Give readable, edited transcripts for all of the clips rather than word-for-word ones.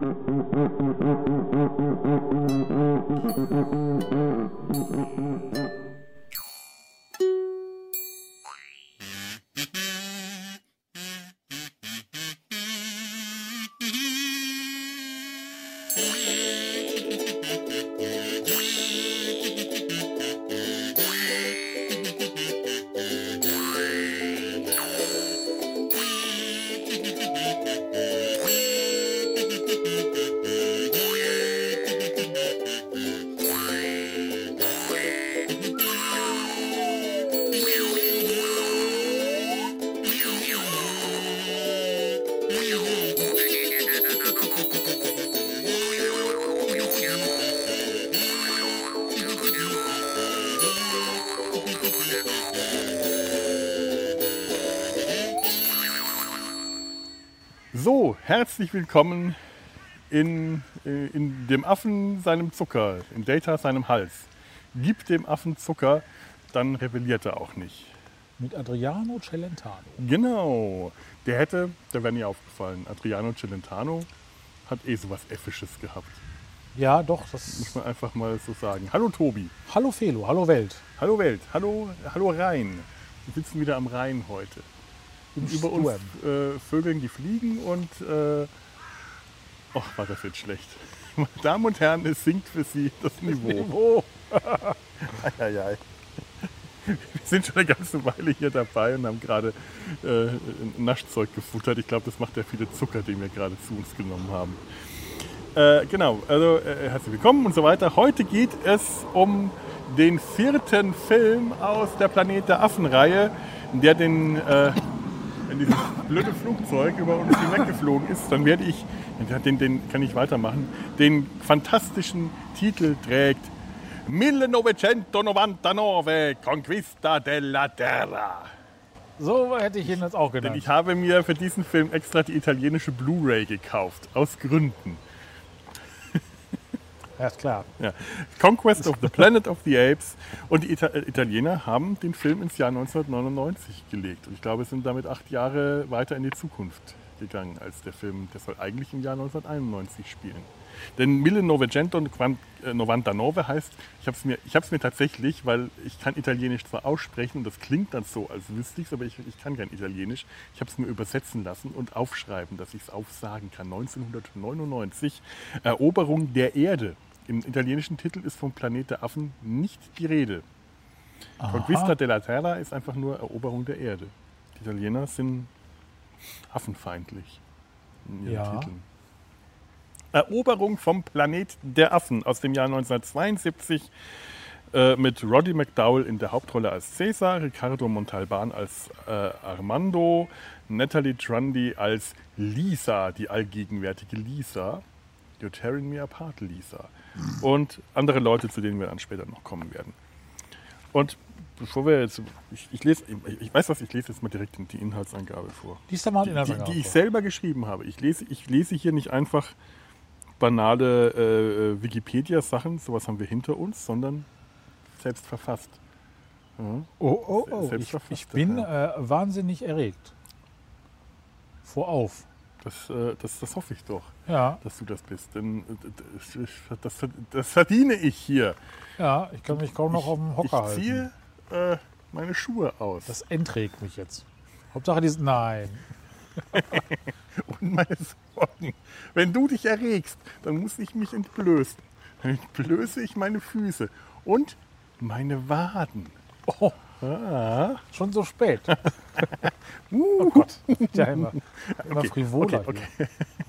So, herzlich willkommen in dem Affen seinem Zucker, in Data seinem Hals. Gib dem Affen Zucker, dann rebelliert er auch nicht. Mit Adriano Celentano. Genau, der wäre nie aufgefallen, Adriano Celentano hat sowas Äffisches gehabt. Ja, doch, das muss man einfach mal so sagen. Hallo Tobi. Hallo Felo, hallo Welt. Hallo Welt, hallo Rhein. Wir sitzen wieder am Rhein heute. Über uns Vögeln, die fliegen und war das jetzt schlecht. Meine Damen und Herren, es sinkt für Sie das Niveau. Wir sind schon eine ganze Weile hier dabei und haben gerade Naschzeug gefuttert. Ich glaube, das macht ja viele Zucker, den wir gerade zu uns genommen haben. Genau, also herzlich willkommen und so weiter. Heute geht es um den 4. Film aus der Planet der Affen-Reihe, der wenn dieses blöde Flugzeug über uns hinweggeflogen ist, dann werde ich, den kann ich weitermachen, den fantastischen Titel trägt 1999 Conquista della Terra. So hätte ich ihn jetzt auch genannt. Denn ich habe mir für diesen Film extra die italienische Blu-ray gekauft, aus Gründen. Ja, ist klar. Ja. Conquest of the Planet of the Apes. Und die Italiener haben den Film ins Jahr 1999 gelegt. Und ich glaube, es sind damit 8 Jahre weiter in die Zukunft gegangen als der Film. Der soll eigentlich im Jahr 1991 spielen. Denn 1999 heißt, ich habe es mir tatsächlich, weil ich kann Italienisch zwar aussprechen und das klingt dann so, als wüsste ich es, aber ich kann kein Italienisch. Ich habe es mir übersetzen lassen und aufschreiben, dass ich es aufsagen kann. 1999, Eroberung der Erde. Im italienischen Titel ist vom Planet der Affen nicht die Rede. Aha. Conquista della Terra ist einfach nur Eroberung der Erde. Die Italiener sind affenfeindlich in ihren Titeln. Eroberung vom Planet der Affen aus dem Jahr 1972 mit Roddy McDowall in der Hauptrolle als Cäsar, Ricardo Montalban als Armando, Natalie Trundy als Lisa, die allgegenwärtige Lisa. You're tearing me apart, Lisa. Und andere Leute, zu denen wir dann später noch kommen werden. Und bevor wir jetzt, ich lese jetzt mal direkt die Inhaltsangabe vor. Die ich selber geschrieben habe. Ich lese hier nicht einfach banale Wikipedia-Sachen, sowas haben wir hinter uns, sondern selbst verfasst. Ja. Ich bin wahnsinnig erregt. Vorauf. Das hoffe ich doch, ja, dass du das bist. Denn das verdiene ich hier. Ja, ich kann mich kaum noch auf dem Hocker halten. Ich ziehe meine Schuhe aus. Das entträgt mich jetzt. Hauptsache nein. Und meine Sorgen. Wenn du dich erregst, dann muss ich mich entblößen. Dann entblöße ich meine Füße und meine Waden. Oh, schon so spät. Oh Gott, ja immer frivoler. Okay.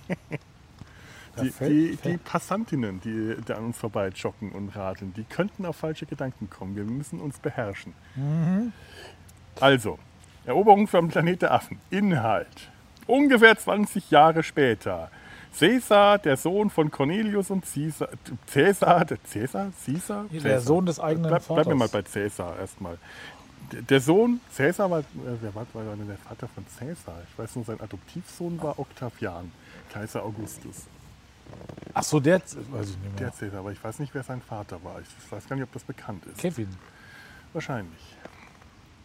Die Passantinnen, die an uns vorbei joggen und radeln, die könnten auf falsche Gedanken kommen. Wir müssen uns beherrschen. Mhm. Also, Eroberung vom Planet der Affen. Inhalt. Ungefähr 20 Jahre später. Cäsar, der Sohn von Cornelius und Cäsar? Der Sohn des eigenen Vaters. Bleib mir mal bei Cäsar erstmal. Der Sohn, Cäsar wer war denn der Vater von Cäsar? Ich weiß nur, sein Adoptivsohn war Octavian, Kaiser Augustus. Ach so, der weiß ich nicht mehr. Der Cäsar, aber ich weiß nicht, wer sein Vater war. Ich weiß gar nicht, ob das bekannt ist. Kevin. Wahrscheinlich.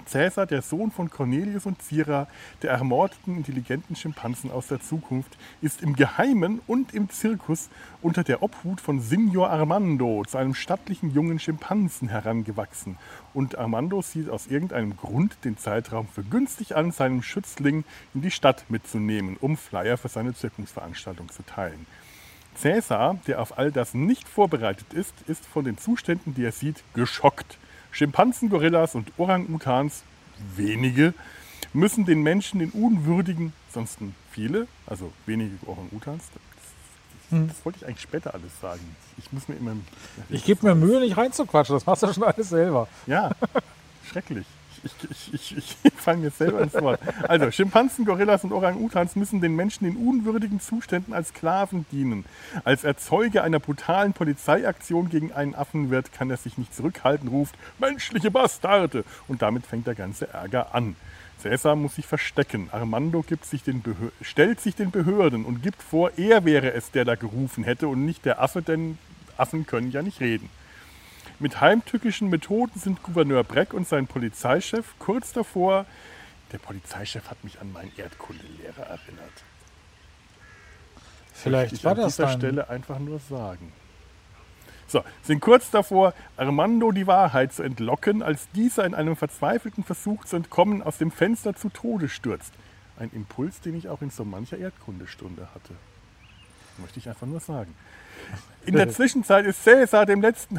Cäsar, der Sohn von Cornelius und Cira, der ermordeten intelligenten Schimpansen aus der Zukunft, ist im Geheimen und im Zirkus unter der Obhut von Signor Armando zu einem stattlichen jungen Schimpansen herangewachsen. Und Armando sieht aus irgendeinem Grund den Zeitraum für günstig an, seinen Schützling in die Stadt mitzunehmen, um Flyer für seine Zirkusveranstaltung zu teilen. Cäsar, der auf all das nicht vorbereitet ist, ist von den Zuständen, die er sieht, geschockt. Schimpansen, Gorillas und Orang-Utans, wenige, müssen den Menschen in unwürdigen, sonst viele, also wenige Orang-Utans, das wollte ich eigentlich später alles sagen. Ich muss mir immer... Ich gebe mir Mühe, nicht reinzuquatschen, das machst du schon alles selber. Ja, schrecklich. Ich falle mir selber ins Wort. Also, Schimpansen, Gorillas und Orang-Utans müssen den Menschen in unwürdigen Zuständen als Sklaven dienen. Als Erzeuger einer brutalen Polizeiaktion gegen einen Affenwirt kann er sich nicht zurückhalten, ruft menschliche Bastarde. Und damit fängt der ganze Ärger an. Cäsar muss sich verstecken. Armando stellt sich den Behörden und gibt vor, er wäre es, der da gerufen hätte und nicht der Affe, denn Affen können ja nicht reden. Mit heimtückischen Methoden sind Gouverneur Breck und sein Polizeichef kurz davor. Der Polizeichef hat mich an meinen Erdkundelehrer erinnert. Vielleicht war das an dieser Stelle einfach nur sagen. So, sind kurz davor, Armando die Wahrheit zu entlocken, als dieser in einem verzweifelten Versuch zu entkommen aus dem Fenster zu Tode stürzt. Ein Impuls, den ich auch in so mancher Erdkundestunde hatte. Möchte ich einfach nur sagen. In der Zwischenzeit ist Cäsar dem letzten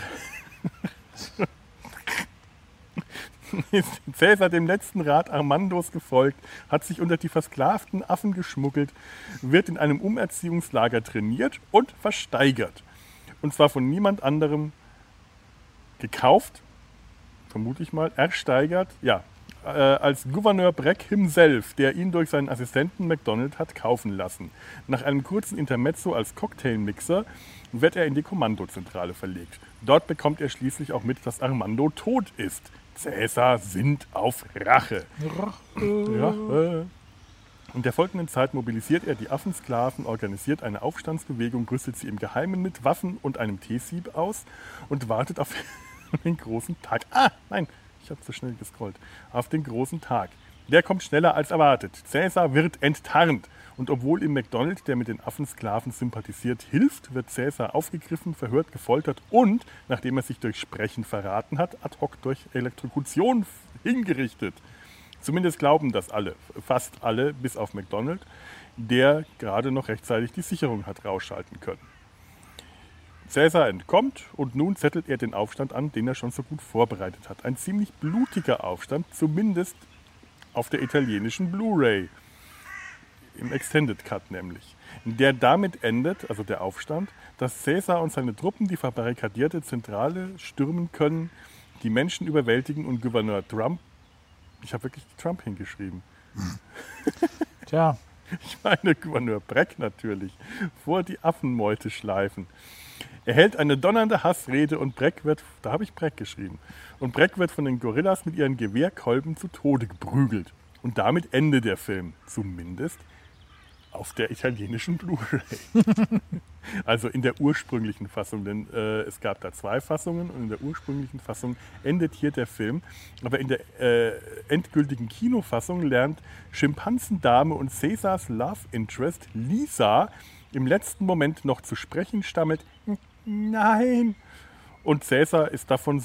Rat Armandos gefolgt, hat sich unter die versklavten Affen geschmuggelt, wird in einem Umerziehungslager trainiert und versteigert. Und zwar von niemand anderem gekauft, vermute ich mal, ersteigert, ja, als Gouverneur Breck himself, der ihn durch seinen Assistenten McDonald hat kaufen lassen. Nach einem kurzen Intermezzo als Cocktailmixer wird er in die Kommandozentrale verlegt. Dort bekommt er schließlich auch mit, dass Armando tot ist. Cäsar sinnt auf Rache. Rache. In der folgenden Zeit mobilisiert er die Affensklaven, organisiert eine Aufstandsbewegung, rüstet sie im Geheimen mit Waffen und einem Teesieb aus und wartet auf den großen Tag. Nein, ich habe zu schnell gescrollt. Auf den großen Tag. Der kommt schneller als erwartet. Cäsar wird enttarnt. Und obwohl ihm McDonald, der mit den Affensklaven sympathisiert, hilft, wird Cäsar aufgegriffen, verhört, gefoltert und, nachdem er sich durch Sprechen verraten hat, ad hoc durch Elektrokution hingerichtet. Zumindest glauben das alle, fast alle, bis auf McDonald, der gerade noch rechtzeitig die Sicherung hat rausschalten können. Cäsar entkommt und nun zettelt er den Aufstand an, den er schon so gut vorbereitet hat. Ein ziemlich blutiger Aufstand, zumindest auf der italienischen Blu-ray. Im Extended Cut nämlich. Der damit endet, also der Aufstand, dass Cäsar und seine Truppen die verbarrikadierte Zentrale stürmen können, die Menschen überwältigen und Gouverneur Trump, ich habe wirklich Trump hingeschrieben. Tja. Ich meine Gouverneur Breck natürlich, vor die Affenmeute schleifen. Er hält eine donnernde Hassrede und Breck wird, da habe ich Breck geschrieben, und Breck wird von den Gorillas mit ihren Gewehrkolben zu Tode geprügelt. Und damit endet der Film, zumindest auf der italienischen Blu-ray. Also in der ursprünglichen Fassung, denn es gab da 2 Fassungen und in der ursprünglichen Fassung endet hier der Film. Aber in der endgültigen Kinofassung lernt Schimpansendame und Cäsars Love Interest Lisa im letzten Moment noch zu sprechen, stammelt Nein. Und Cäsar ist davon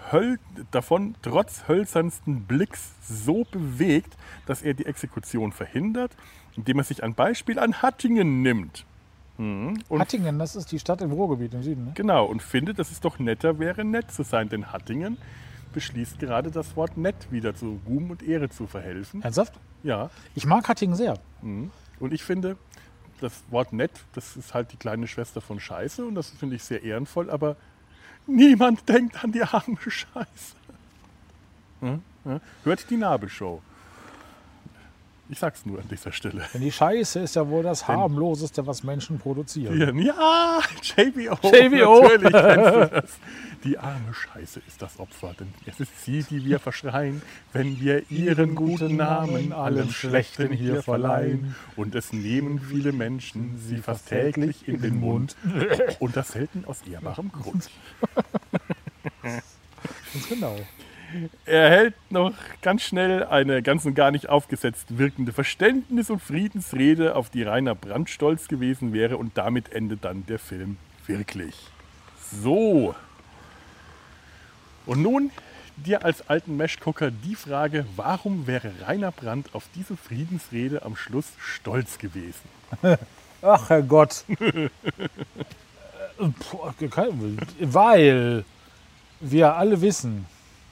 trotz hölzernsten Blicks so bewegt, dass er die Exekution verhindert, indem er sich ein Beispiel an Hattingen nimmt. Und Hattingen, das ist die Stadt im Ruhrgebiet im Süden, ne? Genau, und findet, dass es doch netter wäre, nett zu sein, denn Hattingen beschließt gerade, das Wort nett wieder zu Ruhm und Ehre zu verhelfen. Ernsthaft? Ja. Ich mag Hattingen sehr. Und ich finde, das Wort nett, das ist halt die kleine Schwester von Scheiße und das finde ich sehr ehrenvoll, aber niemand denkt an die arme Scheiße. Hört die Nabelshow. Ich sag's nur an dieser Stelle. Denn die Scheiße ist ja wohl das harmloseste, was Menschen produzieren. Ja, JBO. Natürlich kennst du das. Die arme Scheiße ist das Opfer, denn es ist sie, die wir verschreien, wenn wir ihren guten Namen allem Schlechten hier verleihen. Und es nehmen viele Menschen sie fast täglich in den Mund. Und das selten aus ehrbarem Grund. Ganz genau. Er hält noch ganz schnell eine ganz und gar nicht aufgesetzt wirkende Verständnis- und Friedensrede, auf die Rainer Brandt stolz gewesen wäre, und damit endet dann der Film wirklich. So. Und nun dir als alten Mesh-Gucker die Frage, warum wäre Rainer Brandt auf diese Friedensrede am Schluss stolz gewesen? Ach, Herrgott. Weil wir alle wissen,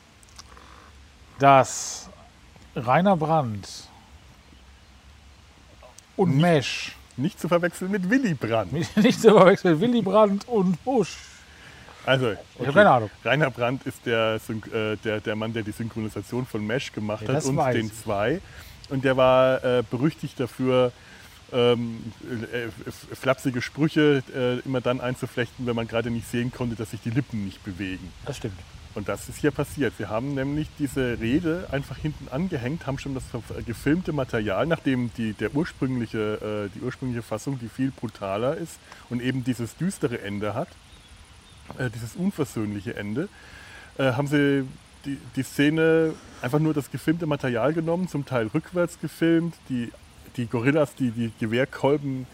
dass Rainer Brandt und Mesh Nicht zu verwechseln mit Willy Brandt. nicht zu verwechseln, Willy Brandt und Bush. Also, Ich habe keine Ahnung. Rainer Brandt ist der Mann, der die Synchronisation von Mesh gemacht Ja, hat das und weiß den ich. 2. Und der war berüchtigt dafür, flapsige Sprüche immer dann einzuflechten, wenn man gerade nicht sehen konnte, dass sich die Lippen nicht bewegen. Das stimmt. Und das ist hier passiert. Wir haben nämlich diese Rede einfach hinten angehängt, haben schon das gefilmte Material, nachdem die ursprüngliche Fassung, die viel brutaler ist und eben dieses düstere Ende hat, dieses unversöhnliche Ende, haben sie die Szene, einfach nur das gefilmte Material genommen, zum Teil rückwärts gefilmt, die Gorillas, die Gewehrkolben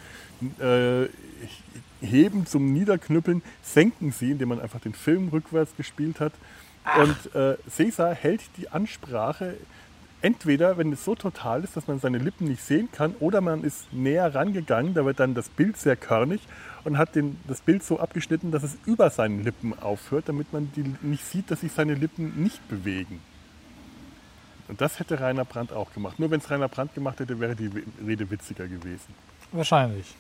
heben zum Niederknüppeln, senken sie, indem man einfach den Film rückwärts gespielt hat. Und Caesar hält die Ansprache entweder, wenn es so total ist, dass man seine Lippen nicht sehen kann, oder man ist näher rangegangen, da wird dann das Bild sehr körnig und hat das Bild so abgeschnitten, dass es über seinen Lippen aufhört, damit man nicht sieht, dass sich seine Lippen nicht bewegen. Und das hätte Rainer Brandt auch gemacht. Nur wenn es Rainer Brandt gemacht hätte, wäre die Rede witziger gewesen. Wahrscheinlich.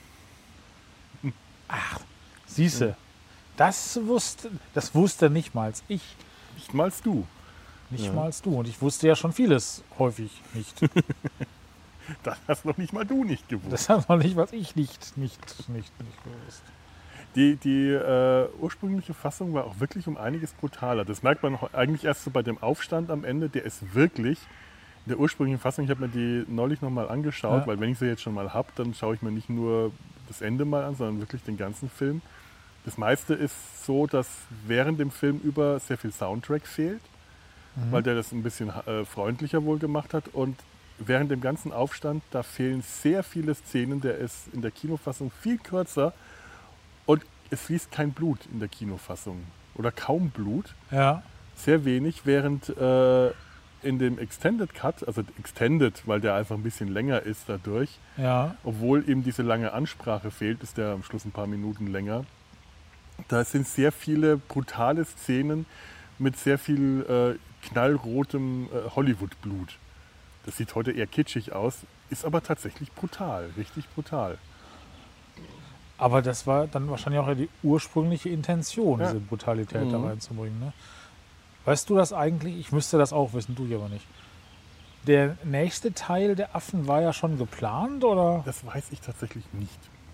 Ach, siehste, das wusste nicht mal ich. Nicht mal du. Nicht mal du. Und ich wusste ja schon vieles häufig nicht. Das hast noch nicht mal du nicht gewusst. Das hat noch nicht, was ich nicht gewusst. Die ursprüngliche Fassung war auch wirklich um einiges brutaler. Das merkt man eigentlich erst so bei dem Aufstand am Ende. Der ist wirklich, in der ursprünglichen Fassung, ich habe mir die neulich nochmal angeschaut, weil wenn ich sie jetzt schon mal habe, dann schaue ich mir nicht nur das Ende mal an, sondern wirklich den ganzen Film. Das meiste ist so, dass während dem Film über sehr viel Soundtrack fehlt, weil der das ein bisschen freundlicher wohl gemacht hat. Und während dem ganzen Aufstand, da fehlen sehr viele Szenen. Der ist in der Kinofassung viel kürzer und es fließt kein Blut in der Kinofassung oder kaum Blut, Ja. sehr wenig, während in dem Extended Cut, also Extended, weil der einfach ein bisschen länger ist dadurch, Ja. obwohl eben diese lange Ansprache fehlt, ist der am Schluss ein paar Minuten länger. Da sind sehr viele brutale Szenen mit sehr viel knallrotem Hollywood-Blut. Das sieht heute eher kitschig aus, ist aber tatsächlich brutal, richtig brutal. Aber das war dann wahrscheinlich auch die ursprüngliche Intention, Ja. diese Brutalität da reinzubringen. Ne? Weißt du das eigentlich? Ich müsste das auch wissen, du aber nicht. Der nächste Teil der Affen war ja schon geplant, oder? Das weiß ich tatsächlich nicht.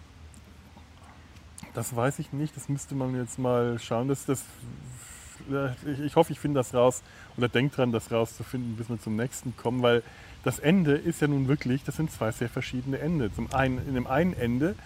Das weiß ich nicht, das müsste man jetzt mal schauen. Ich hoffe, ich finde das raus oder denke dran, das rauszufinden, bis wir zum nächsten kommen, weil das Ende ist ja nun wirklich, das sind zwei sehr verschiedene Ende. In dem einen Ende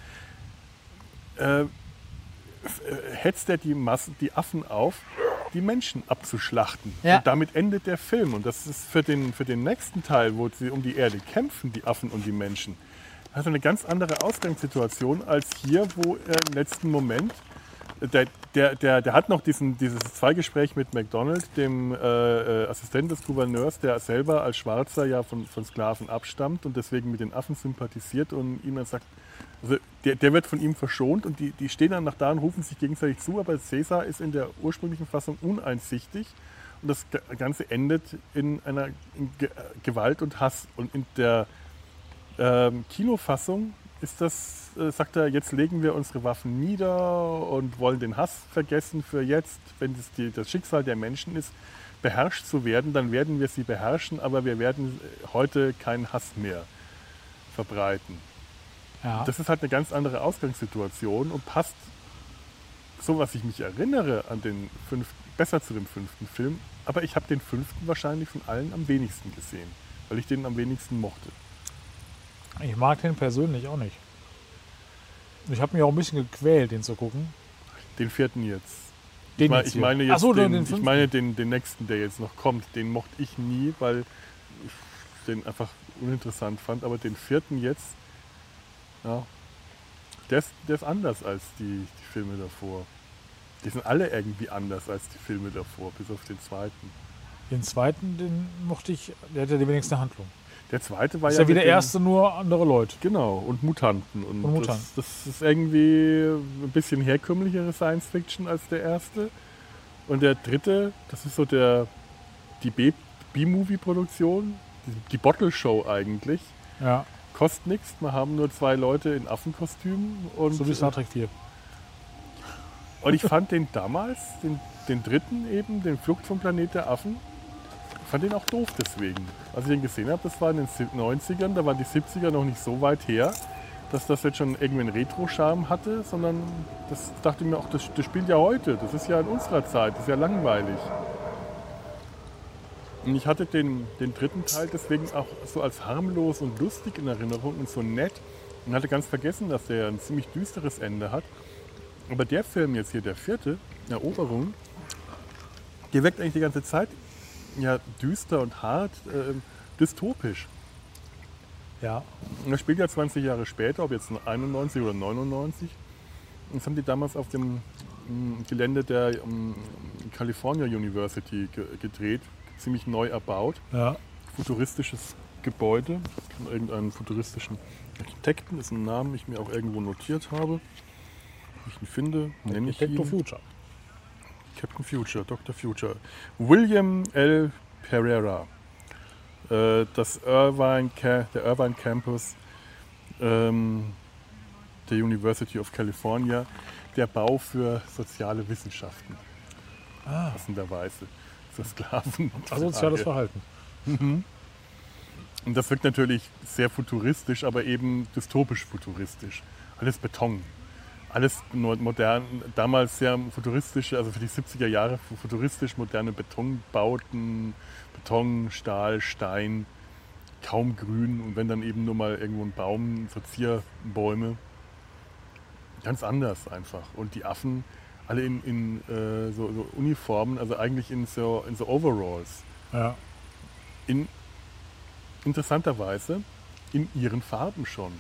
hetzt er die Affen auf, die Menschen abzuschlachten. Ja. Und damit endet der Film. Und das ist für den nächsten Teil, wo sie um die Erde kämpfen, die Affen und die Menschen, hat eine ganz andere Ausgangssituation als hier, wo er im letzten Moment, der hat noch dieses Zweigespräch mit MacDonald, dem Assistent des Gouverneurs, der selber als Schwarzer ja von Sklaven abstammt und deswegen mit den Affen sympathisiert und ihm dann sagt, also der wird von ihm verschont und die stehen dann nach da und rufen sich gegenseitig zu, aber Caesar ist in der ursprünglichen Fassung uneinsichtig und das Ganze endet in Gewalt und Hass. Und in der Kinofassung ist das, sagt er, jetzt legen wir unsere Waffen nieder und wollen den Hass vergessen für jetzt. Wenn das Schicksal der Menschen ist, beherrscht zu werden, dann werden wir sie beherrschen, aber wir werden heute keinen Hass mehr verbreiten. Ja. Das ist halt eine ganz andere Ausgangssituation und passt, so was ich mich erinnere, besser zu dem 5. Film. Aber ich habe den 5. wahrscheinlich von allen am wenigsten gesehen, weil ich den am wenigsten mochte. Ich mag den persönlich auch nicht. Ich habe mich auch ein bisschen gequält, den zu gucken. Den 4. jetzt. Den Ich jetzt hier. meine Ach jetzt so, den den, ich fünften. meine den nächsten, der jetzt noch kommt. Den mochte ich nie, weil ich den einfach uninteressant fand. Aber den vierten jetzt, ja, der ist anders als die Filme davor. Die sind alle irgendwie anders als die Filme davor, bis auf den zweiten. Den zweiten, den mochte ich, der hatte die wenigste Handlung. Der zweite war Ist ja ja wie mit der dem- erste, nur andere Leute. Genau, und Mutanten. Und Mutanten. Das ist irgendwie ein bisschen herkömmlichere Science-Fiction als der erste. Und der dritte, das ist so die B-Movie-Produktion, die Bottle-Show eigentlich. Ja, Kostet nichts, wir haben nur 2 Leute in Affenkostümen. Und, so wie Star Trek 4. und ich fand den damals, den dritten eben, den Flucht vom Planet der Affen, fand den auch doof deswegen. Als ich den gesehen habe, das war in den 90ern, da waren die 70er noch nicht so weit her, dass das jetzt schon irgendwie einen Retro-Charme hatte, sondern das dachte ich mir auch, das spielt ja heute, das ist ja in unserer Zeit, das ist ja langweilig. Und ich hatte den dritten Teil deswegen auch so als harmlos und lustig in Erinnerung und so nett und hatte ganz vergessen, dass der ein ziemlich düsteres Ende hat. Aber der Film jetzt hier, der vierte, Eroberung, der wirkt eigentlich die ganze Zeit ja düster und hart, dystopisch. Ja, Und das spielt ja 20 Jahre später, ob jetzt 91 oder 99. Und das haben die damals auf dem Gelände der California University gedreht, ziemlich neu erbaut. ja. Futuristisches Gebäude von irgendeinem futuristischen Architekten, das ist ein Name, den ich mir auch irgendwo notiert habe. Wenn ich ihn finde, nenne ich Detective ihn. Future. Captain Future, Dr. Future. William L. Pereira. Der Irvine Campus der University of California. Der Bau für soziale Wissenschaften. Passenderweise. Zur Sklaven. Asoziales Verhalten. Und das wirkt natürlich sehr futuristisch, aber eben dystopisch futuristisch. Alles Beton. Alles modern, damals sehr futuristische, also für die 70er Jahre futuristisch moderne Betonbauten, Beton, Stahl, Stein, kaum grün und wenn dann eben nur mal irgendwo ein Baum, so Zierbäume. Ganz anders einfach. Und die Affen alle in so Uniformen, also eigentlich in so Overalls. Ja. Interessanterweise in ihren Farben schon.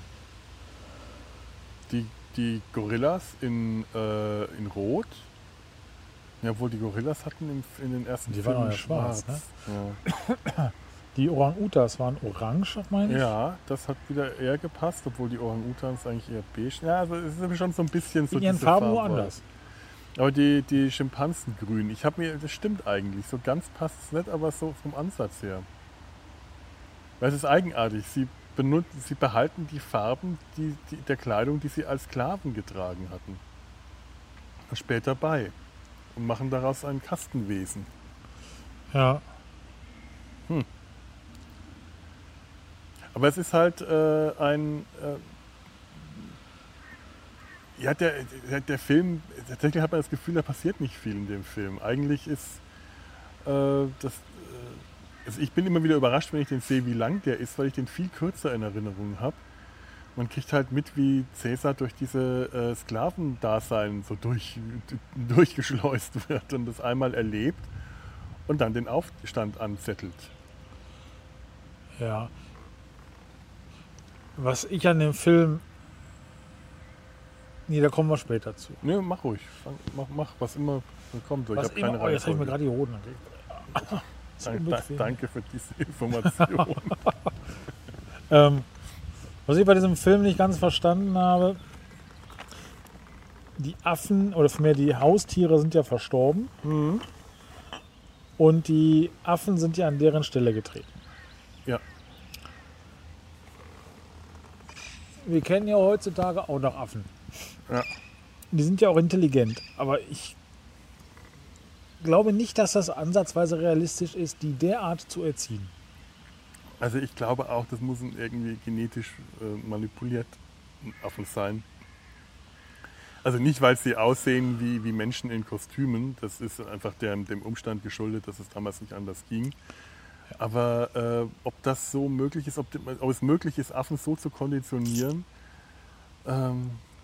Die Gorillas in Rot. Ja, obwohl die Gorillas hatten in den ersten Die waren Filmen auch ja schwarz, Ja. Die Orang-Utas waren orange, meine ich. Ja, das hat wieder eher gepasst, obwohl die Orang-Utans eigentlich eher beige. Ja, also es ist schon so ein bisschen so In ihren diese Farben nur Farbwahl. anders. Aber die Schimpansen grün, das stimmt eigentlich. So ganz passt es nicht, aber so vom Ansatz her. Weil es ist eigenartig. Sie behalten die Farben der Kleidung, die sie als Sklaven getragen hatten. Später bei. Und machen daraus ein Kastenwesen. Ja. Aber es ist halt ja, der Film, tatsächlich hat man das Gefühl, da passiert nicht viel in dem Film. Eigentlich ist also ich bin immer wieder überrascht, wenn ich den sehe, wie lang der ist, weil ich den viel kürzer in Erinnerung habe. Man kriegt halt mit, wie Cäsar durch diese Sklavendasein so durchgeschleust wird und das einmal erlebt und dann den Aufstand anzettelt. Ja. Was ich an dem Film. Nee, da kommen wir später zu. Ne, mach ruhig. Mach was immer kommt. Ich Was habe keine immer, jetzt habe ich mir Reihenfolge. gerade die Hoden angekriegt. Danke für diese Information. Was ich bei diesem Film nicht ganz verstanden habe, die Affen oder vielmehr die Haustiere sind ja verstorben und die Affen sind ja an deren Stelle getreten. Ja. Wir kennen ja heutzutage auch noch Affen. Ja. Die sind ja auch intelligent, aber ich glaube nicht, dass das ansatzweise realistisch ist, die derart zu erziehen. Also ich glaube auch, das muss ein irgendwie genetisch manipuliert Affen sein. Also nicht, weil sie aussehen wie Menschen in Kostümen. Das ist einfach dem Umstand geschuldet, dass es damals nicht anders ging. Aber ob das so möglich ist, ob es möglich ist, Affen so zu konditionieren,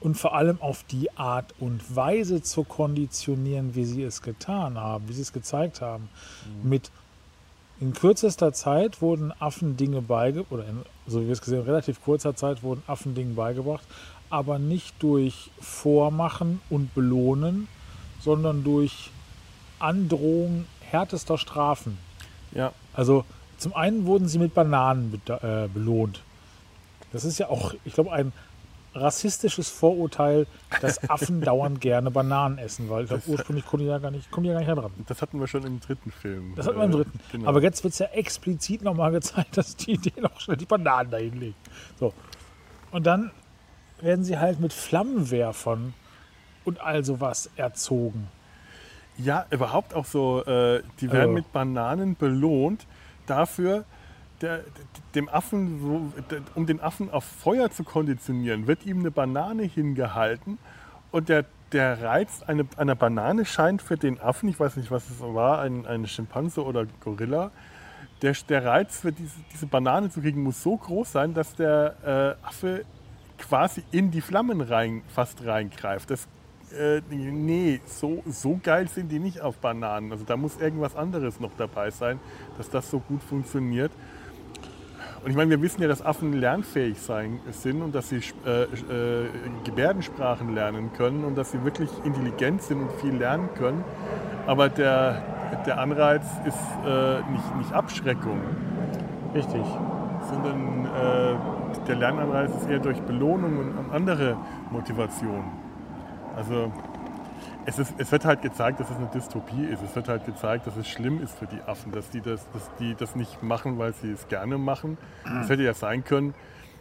und vor allem auf die Art und Weise zu konditionieren, wie sie es getan haben, wie sie es gezeigt haben. In kürzester Zeit wurden Affen Dinge beigebracht, oder so wie wir es gesehen haben, relativ kurzer Zeit wurden Affen Dinge beigebracht, aber nicht durch Vormachen und Belohnen, sondern durch Androhung härtester Strafen. Ja, Also zum einen wurden sie mit Bananen belohnt. Das ist ja auch, ich glaube, ein rassistisches Vorurteil, dass Affen dauernd gerne Bananen essen, weil ich glaube, ursprünglich kommen die ja gar nicht heran. das hatten wir schon im dritten Film. Das hatten wir im dritten. Genau. Aber jetzt wird es ja explizit nochmal gezeigt, dass die denen auch schnell die Bananen dahin legen. So. Und dann werden sie halt mit Flammenwerfern und all sowas erzogen. Ja, überhaupt auch so, die werden mit Bananen belohnt dafür, dem Affen, um den Affen auf Feuer zu konditionieren, wird ihm eine Banane hingehalten und der Reiz einer Banane scheint für den Affen, ich weiß nicht, was es war, ein Schimpanse oder Gorilla, der Reiz für diese Banane zu kriegen muss so groß sein, dass der Affe quasi in die Flammen fast reingreift. Nee, so geil sind die nicht auf Bananen. Also da muss irgendwas anderes noch dabei sein, dass das so gut funktioniert. Und ich meine, wir wissen ja, dass Affen lernfähig sind und dass sie Gebärdensprachen lernen können und dass sie wirklich intelligent sind und viel lernen können. Aber der Anreiz ist nicht Abschreckung. Richtig. Sondern der Lernanreiz ist eher durch Belohnung und andere Motivationen. Also es wird halt gezeigt, dass es eine Dystopie ist. Es wird halt gezeigt, dass es schlimm ist für die Affen, dass die das nicht machen, weil sie es gerne machen. Es hätte ja sein können,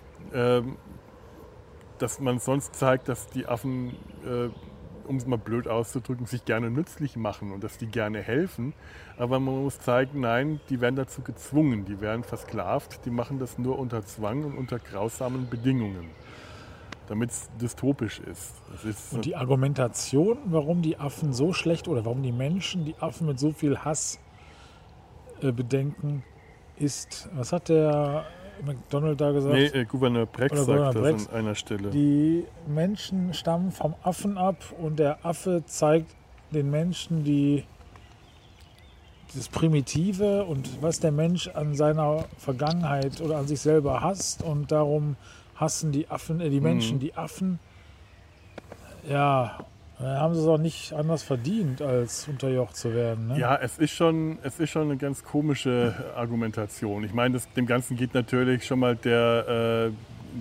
dass man sonst zeigt, dass die Affen, um es mal blöd auszudrücken, sich gerne nützlich machen und dass die gerne helfen. Aber man muss zeigen, nein, die werden dazu gezwungen, die werden versklavt, die machen das nur unter Zwang und unter grausamen Bedingungen, damit es dystopisch ist. Und die Argumentation, warum die Affen so schlecht oder warum die Menschen die Affen mit so viel Hass bedenken, ist, was hat der McDonald da gesagt? Nee, Gouverneur Breck sagt das an einer Stelle. Die Menschen stammen vom Affen ab und der Affe zeigt den Menschen das Primitive und was der Mensch an seiner Vergangenheit oder an sich selber hasst und darum hassen die Menschen die Affen. Ja, dann haben sie es auch nicht anders verdient, als unterjocht zu werden. Ne? Ja, es ist schon eine ganz komische Argumentation. Ich meine, dem Ganzen geht natürlich schon mal der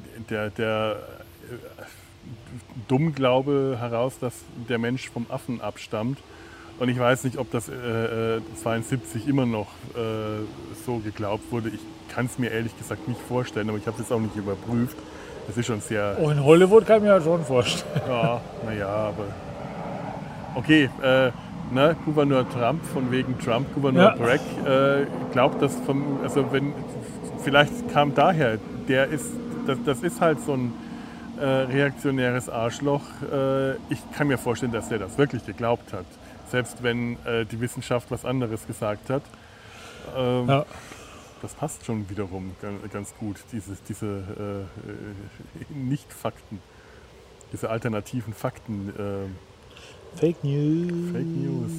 Dummglaube heraus, dass der Mensch vom Affen abstammt. Und ich weiß nicht, ob das 72 immer noch so geglaubt wurde. Ich kann es mir ehrlich gesagt nicht vorstellen, aber ich habe es jetzt auch nicht überprüft. Das ist schon sehr... Oh, in Hollywood kann ich mir ja schon vorstellen. Ja, naja, aber... Okay, Gouverneur Trump, von wegen Trump, Gouverneur Breck, glaubt, dass vielleicht kam daher, das ist halt so ein reaktionäres Arschloch. Ich kann mir vorstellen, dass der das wirklich geglaubt hat, selbst wenn die Wissenschaft was anderes gesagt hat. Das passt schon wiederum ganz gut, diese Nicht-Fakten, diese alternativen Fakten. Fake News. Fake News.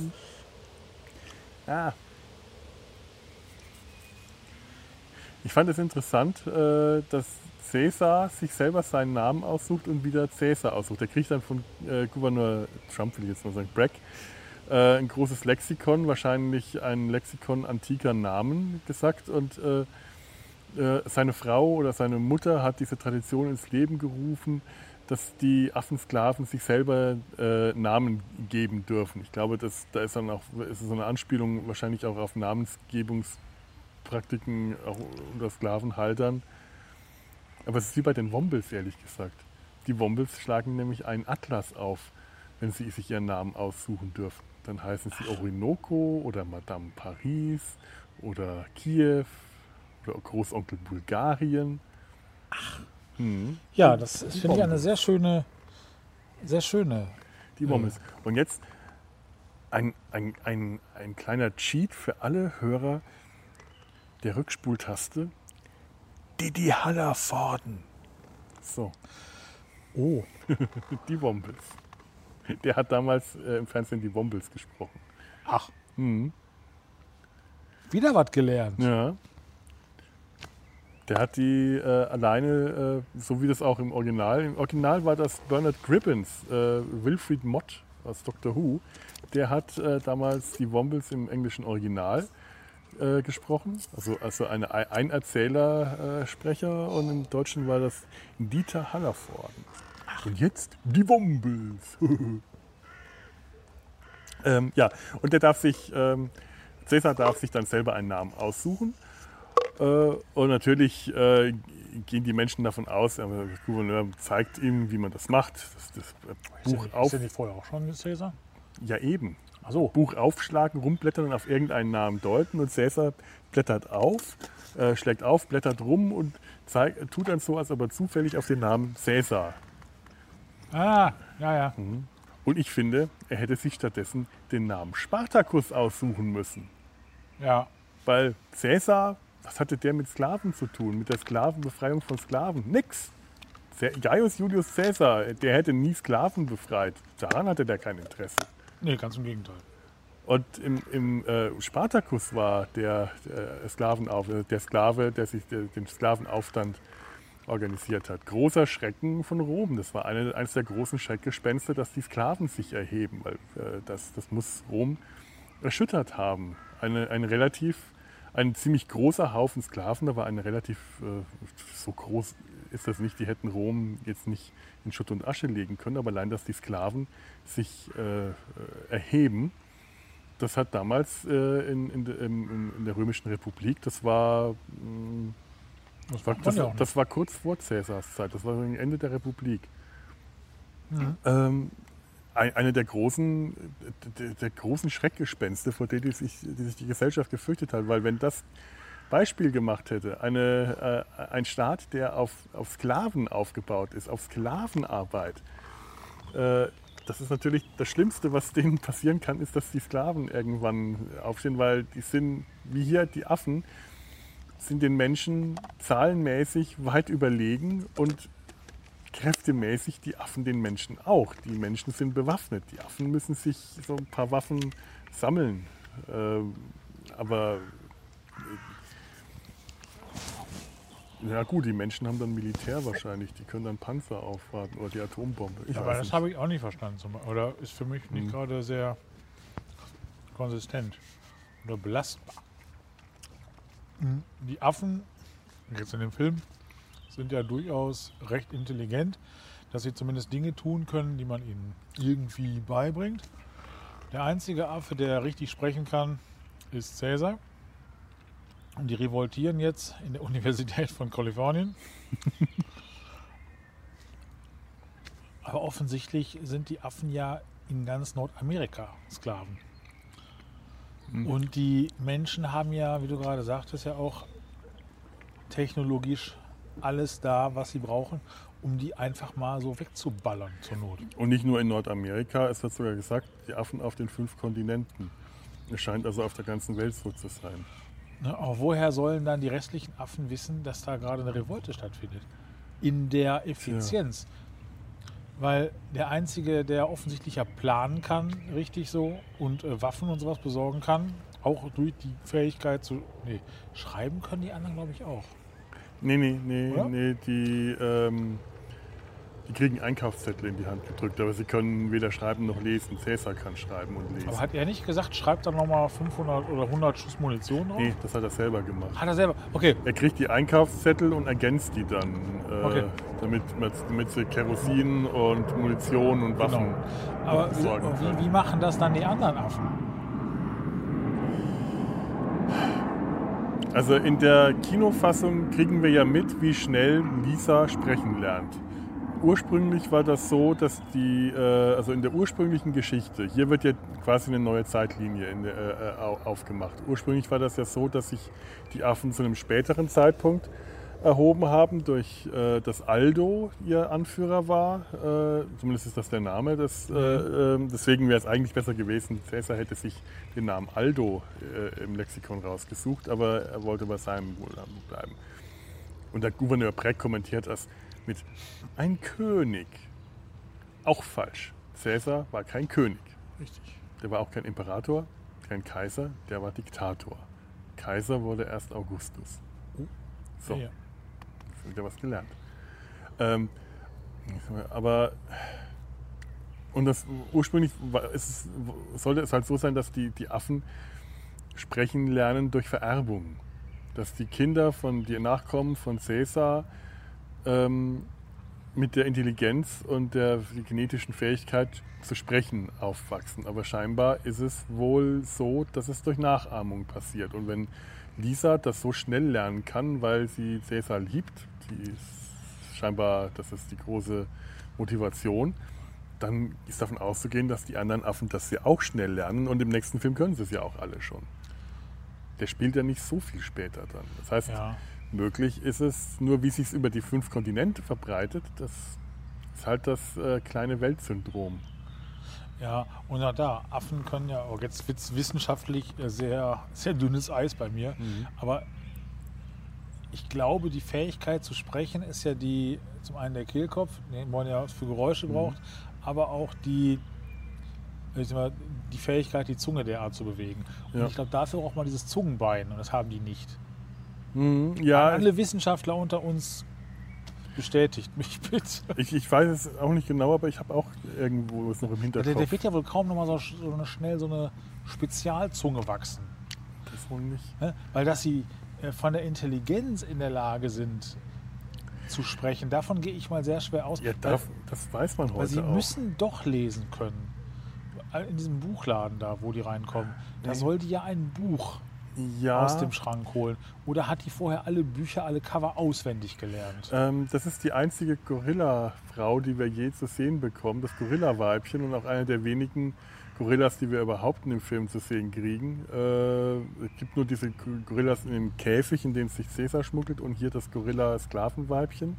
Ich fand es interessant, dass Cäsar sich selber seinen Namen aussucht und wieder Cäsar aussucht. Der kriegt dann von Gouverneur Trump, will ich jetzt mal sagen, Breck, ein großes Lexikon, wahrscheinlich ein Lexikon antiker Namen gesagt. Und seine Frau oder seine Mutter hat diese Tradition ins Leben gerufen, dass die Affensklaven sich selber Namen geben dürfen. Ich glaube, da ist dann auch so eine Anspielung wahrscheinlich auch auf Namensgebungspraktiken auch unter Sklavenhaltern. Aber es ist wie bei den Wombels, ehrlich gesagt. Die Wombels schlagen nämlich einen Atlas auf, wenn sie sich ihren Namen aussuchen dürfen. Dann heißen sie Orinoco oder Madame Paris oder Kiew oder Großonkel Bulgarien. Ja, das finde ich eine sehr schöne. Die Wombels. Und jetzt ein kleiner Cheat für alle Hörer der Rückspultaste. Didi Hallervorden. So. Oh, Die Wombles. Der hat damals im Fernsehen die Wombles gesprochen. ach, Mhm. wieder was gelernt. Ja. Der hat die alleine, so wie das auch im Original war das Bernard Cribbins, Wilfried Mott aus Doctor Who, der hat damals die Wombles im englischen Original gesprochen, also ein Einerzähler-Sprecher, und im Deutschen war das Dieter Hallervorden. Und jetzt die Wombles. Ja, und der darf sich, Cäsar darf sich dann selber einen Namen aussuchen. Und natürlich gehen die Menschen davon aus, der Gouverneur zeigt ihm, wie man das macht. Das Buch Ist der nicht vorher auch schon Cäsar? Ja, eben. Ach so. Buch aufschlagen, rumblättern und auf irgendeinen Namen deuten. Und Cäsar blättert auf, schlägt auf, blättert rum und tut dann so, als ob er zufällig auf den Namen Cäsar. Ah, ja, ja. Und ich finde, er hätte sich stattdessen den Namen Spartacus aussuchen müssen. Ja. Weil Cäsar, was hatte der mit Sklaven zu tun? Mit der Sklavenbefreiung von Sklaven? Nix. Gaius Julius Caesar, der hätte nie Sklaven befreit. Daran hatte der kein Interesse. Nee, ganz im Gegenteil. Und im Spartacus war der Sklave, der sich den Sklavenaufstand organisiert hat. Großer Schrecken von Rom. Das war eines der großen Schreckgespenster, dass die Sklaven sich erheben. Weil das muss Rom erschüttert haben. Ein ziemlich großer Haufen Sklaven, aber eine relativ, so groß ist das nicht, die hätten Rom jetzt nicht in Schutt und Asche legen können, aber allein, dass die Sklaven sich erheben, das hat damals in der Römischen Republik, das war kurz vor Cäsars Zeit, das war gegen Ende der Republik. Eine der großen Schreckgespenste, vor denen sich die Gesellschaft gefürchtet hat. Weil wenn das Beispiel gemacht hätte, ein Staat, der auf Sklaven aufgebaut ist, auf Sklavenarbeit, das ist natürlich das Schlimmste, was denen passieren kann, ist, dass die Sklaven irgendwann aufstehen, weil die sind, wie hier die Affen, sind den Menschen zahlenmäßig weit überlegen und kräftemäßig die Affen den Menschen auch. Die Menschen sind bewaffnet. Die Affen müssen sich so ein paar Waffen sammeln. Aber ja gut, die Menschen haben dann Militär wahrscheinlich. Die können dann Panzer aufwarten oder die Atombombe. Aber das habe ich auch nicht verstanden. Oder ist für mich nicht gerade sehr konsistent oder belastbar. Die Affen, jetzt in dem Film, sind ja durchaus recht intelligent, dass sie zumindest Dinge tun können, die man ihnen irgendwie beibringt. Der einzige Affe, der richtig sprechen kann, ist Cäsar. Und die revoltieren jetzt in der Universität von Kalifornien. Aber offensichtlich sind die Affen ja in ganz Nordamerika Sklaven. Und die Menschen haben ja, wie du gerade sagtest, ja auch technologisch alles da, was sie brauchen, um die einfach mal so wegzuballern zur Not. Und nicht nur in Nordamerika, es wird sogar gesagt, die Affen auf den 5 Kontinenten. Es scheint also auf der ganzen Welt so zu sein. Ne, aber woher sollen dann die restlichen Affen wissen, dass da gerade eine Revolte stattfindet? In der Effizienz. Weil der Einzige, der offensichtlich ja planen kann, richtig so, und Waffen und sowas besorgen kann, auch durch die Fähigkeit zu... Nee, schreiben können die anderen, glaube ich, auch. Nee, die kriegen Einkaufszettel in die Hand gedrückt, aber sie können weder schreiben noch lesen. Cäsar kann schreiben und lesen. Aber hat er nicht gesagt, schreibt dann nochmal 500 oder 100 Schuss Munition drauf? Nee, das hat er selber gemacht. Hat er selber? Okay. Er kriegt die Einkaufszettel und ergänzt die dann, damit sie Kerosin und Munition und Waffen Aber besorgen können. wie machen das dann die anderen Affen? Also in der Kinofassung kriegen wir ja mit, wie schnell Lisa sprechen lernt. Ursprünglich war das so, dass also in der ursprünglichen Geschichte, hier wird ja quasi eine neue Zeitlinie aufgemacht. Ursprünglich war das ja so, dass sich die Affen zu einem späteren Zeitpunkt erhoben haben, durch dass Aldo ihr Anführer war. Zumindest ist das der Name. Deswegen wäre es eigentlich besser gewesen, Cäsar hätte sich den Namen Aldo im Lexikon rausgesucht, aber er wollte bei seinem Namen bleiben. Und der Gouverneur Breck kommentiert das. mit ein König. Auch falsch. Cäsar war kein König. Richtig. Der war auch kein Imperator, kein Kaiser, der war Diktator. Kaiser wurde erst Augustus. So, Ja. jetzt wieder was gelernt. Aber und das ursprünglich sollte es halt so sein, dass die Affen sprechen lernen durch Vererbung. Dass die Kinder die Nachkommen von Cäsar mit der Intelligenz und der genetischen Fähigkeit zu sprechen aufwachsen. Aber scheinbar ist es wohl so, dass es durch Nachahmung passiert. Und wenn Lisa das so schnell lernen kann, weil sie Cäsar liebt, das ist die große Motivation, dann ist davon auszugehen, dass die anderen Affen das ja auch schnell lernen und im nächsten Film können sie es ja auch alle schon. Der spielt ja nicht so viel später dann. Das heißt, möglich ist es, nur wie sich es über die 5 Kontinente verbreitet, das ist halt das kleine Weltsyndrom. Ja, und da, Affen können ja, jetzt wird es wissenschaftlich sehr, sehr dünnes Eis bei mir, aber ich glaube, die Fähigkeit zu sprechen ist ja zum einen der Kehlkopf, den man ja für Geräusche braucht, aber auch die Fähigkeit, die Zunge derart zu bewegen. Und ich glaube, dafür braucht man dieses Zungenbein und das haben die nicht. Ja, alle Wissenschaftler unter uns bestätigt mich bitte. Ich weiß es auch nicht genau, aber ich habe auch irgendwo es noch im Hinterkopf. Der wird ja wohl kaum noch mal schnell so eine Spezialzunge wachsen. Das wohl nicht. Weil dass sie von der Intelligenz in der Lage sind zu sprechen, davon gehe ich mal sehr schwer aus. Ja, das weiß man heute auch. Weil sie müssen doch lesen können. In diesem Buchladen da, wo die reinkommen, da soll die ja ein Buch aus dem Schrank holen. Oder hat die vorher alle Bücher, alle Cover auswendig gelernt? Das ist die einzige Gorilla-Frau, die wir je zu sehen bekommen. Das Gorilla-Weibchen und auch eine der wenigen Gorillas, die wir überhaupt in dem Film zu sehen kriegen. Es gibt nur diese Gorillas in dem Käfig, in dem sich Cäsar schmuggelt, und hier das Gorilla-Sklavenweibchen.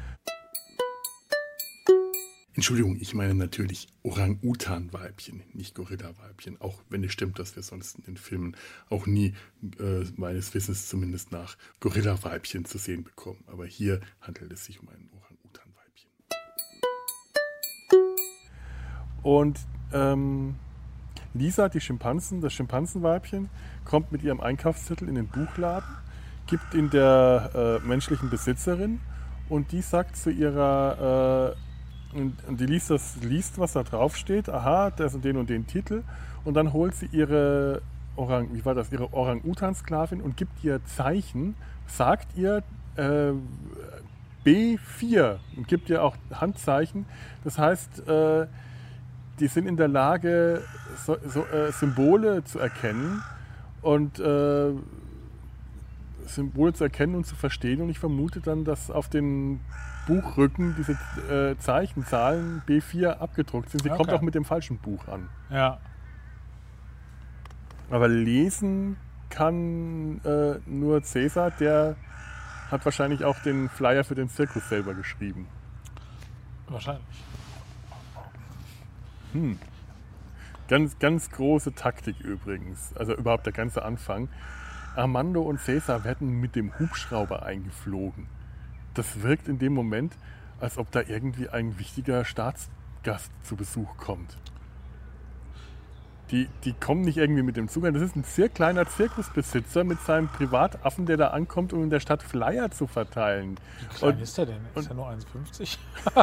Entschuldigung, ich meine natürlich Orang-Utan-Weibchen, nicht Gorilla-Weibchen. Auch wenn es stimmt, dass wir sonst in den Filmen auch nie, meines Wissens zumindest nach, Gorilla-Weibchen zu sehen bekommen. Aber hier handelt es sich um ein Orang-Utan-Weibchen. Und Lisa, das Schimpansenweibchen, kommt mit ihrem Einkaufszettel in den Buchladen, gibt ihn der menschlichen Besitzerin und die sagt zu ihrer... Und die liest, was da drauf steht. Aha, das und den Titel. Und dann holt sie ihre Orang-Utan-Sklavin und gibt ihr Zeichen, sagt ihr B4 und gibt ihr auch Handzeichen. Das heißt, die sind in der Lage, Symbole zu erkennen und zu verstehen. Und ich vermute dann, dass auf den Buchrücken diese Zeichenzahlen B4 abgedruckt sind. Sie kommt auch mit dem falschen Buch an. Ja. Aber lesen kann nur Cäsar, der hat wahrscheinlich auch den Flyer für den Zirkus selber geschrieben. Wahrscheinlich. Ganz, ganz große Taktik übrigens. Also überhaupt der ganze Anfang. Armando und Cäsar werden mit dem Hubschrauber eingeflogen. Das wirkt in dem Moment, als ob da irgendwie ein wichtiger Staatsgast zu Besuch kommt. Die kommen nicht irgendwie mit dem Zug an. Das ist ein sehr kleiner Zirkusbesitzer mit seinem Privataffen, der da ankommt, um in der Stadt Flyer zu verteilen. Wie klein ist der denn? Ist er nur 1,50?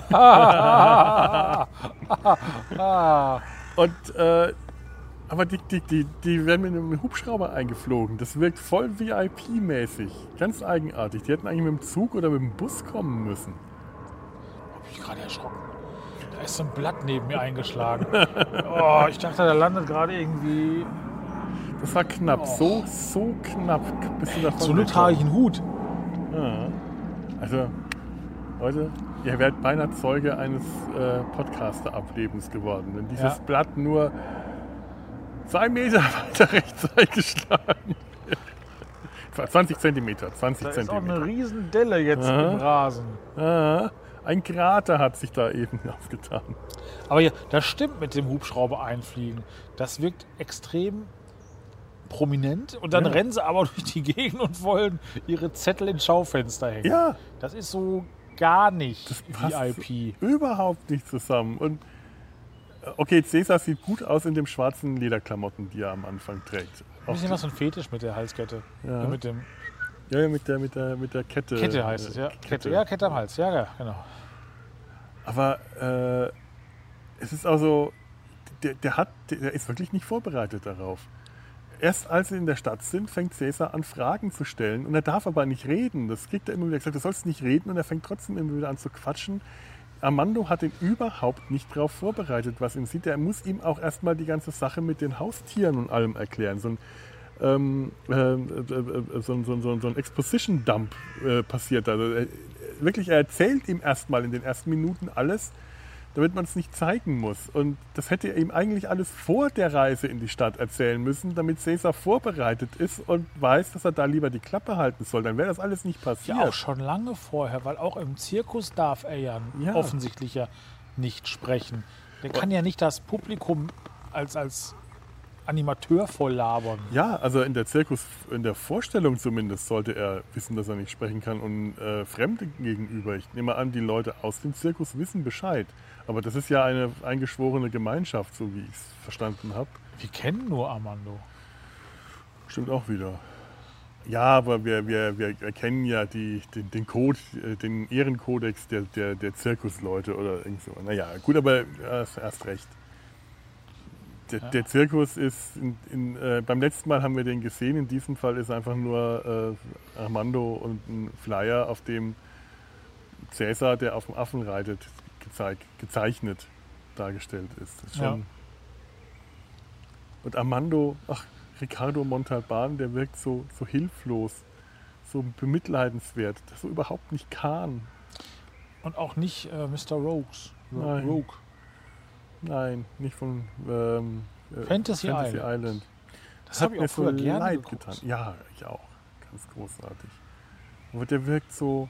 Aber die werden mit einem Hubschrauber eingeflogen. Das wirkt voll VIP-mäßig. Ganz eigenartig. Die hätten eigentlich mit dem Zug oder mit dem Bus kommen müssen. Hab ich gerade erschrocken. Da ist so ein Blatt neben mir eingeschlagen. Ich dachte, da landet gerade irgendwie... Das war knapp. So knapp bist du davon. Zur Not trage ich einen Hut. Ja. Also, Leute, ihr werdet beinahe Zeuge eines Podcaster-Ablebens geworden. Wenn dieses Blatt nur 2 Meter weiter rechts eingeschlagen wird. 20 Zentimeter. Da ist auch eine riesen Delle jetzt im Rasen. Ein Krater hat sich da eben aufgetan. Aber ja, das stimmt mit dem Hubschrauber einfliegen. Das wirkt extrem prominent und dann rennen sie aber durch die Gegend und wollen ihre Zettel ins Schaufenster hängen. Ja. Das ist so gar nicht Das passt VIP. überhaupt nicht zusammen. Und okay, Cäsar sieht gut aus in dem schwarzen Lederklamotten, die er am Anfang trägt. Ein bisschen was für ein Fetisch mit der Halskette. Ja. Mit dem Ja, mit der Kette. Kette heißt es, ja. Kette. Ja, Kette am Hals. Ja, genau. Aber es ist auch so, der ist wirklich nicht vorbereitet darauf. Erst als sie in der Stadt sind, fängt Cäsar an, Fragen zu stellen. Und er darf aber nicht reden. Das kriegt er immer wieder gesagt, du sollst nicht reden. Und er fängt trotzdem immer wieder an zu quatschen. Armando hat ihn überhaupt nicht darauf vorbereitet, was ihm sieht. Er muss ihm auch erstmal die ganze Sache mit den Haustieren und allem erklären. So ein Exposition-Dump passiert. Also wirklich, er erzählt ihm erstmal in den ersten Minuten alles, damit man es nicht zeigen muss. Und das hätte er ihm eigentlich alles vor der Reise in die Stadt erzählen müssen, damit Cäsar vorbereitet ist und weiß, dass er da lieber die Klappe halten soll. Dann wäre das alles nicht passiert. Ja, auch schon lange vorher, weil auch im Zirkus darf er ja offensichtlich ja nicht sprechen. Der kann ja nicht das Publikum als Animateur voll labern. Ja, also in der Vorstellung zumindest sollte er wissen, dass er nicht sprechen kann und Fremde gegenüber. Ich nehme an, die Leute aus dem Zirkus wissen Bescheid. Aber das ist ja eine eingeschworene Gemeinschaft, so wie ich es verstanden habe. Wir kennen nur Armando. Stimmt auch wieder. Ja, aber wir kennen ja den Code, den Ehrenkodex der Zirkusleute oder irgend so. Naja, gut, aber erst recht. Der Zirkus ist, beim letzten Mal haben wir den gesehen, in diesem Fall ist einfach nur Armando und ein Flyer, auf dem Cäsar, der auf dem Affen reitet, gezeichnet dargestellt ist. Das ist schon. Und Armando, Ricardo Montalban, der wirkt so hilflos, so bemitleidenswert, das so überhaupt nicht kann. Und auch nicht Mr. Rogues. Nein. Rogue. Nein, nicht von Fantasy Island. Das hat mir früher gerne leid getan. Ja, ich auch. Ganz großartig. Aber der wirkt so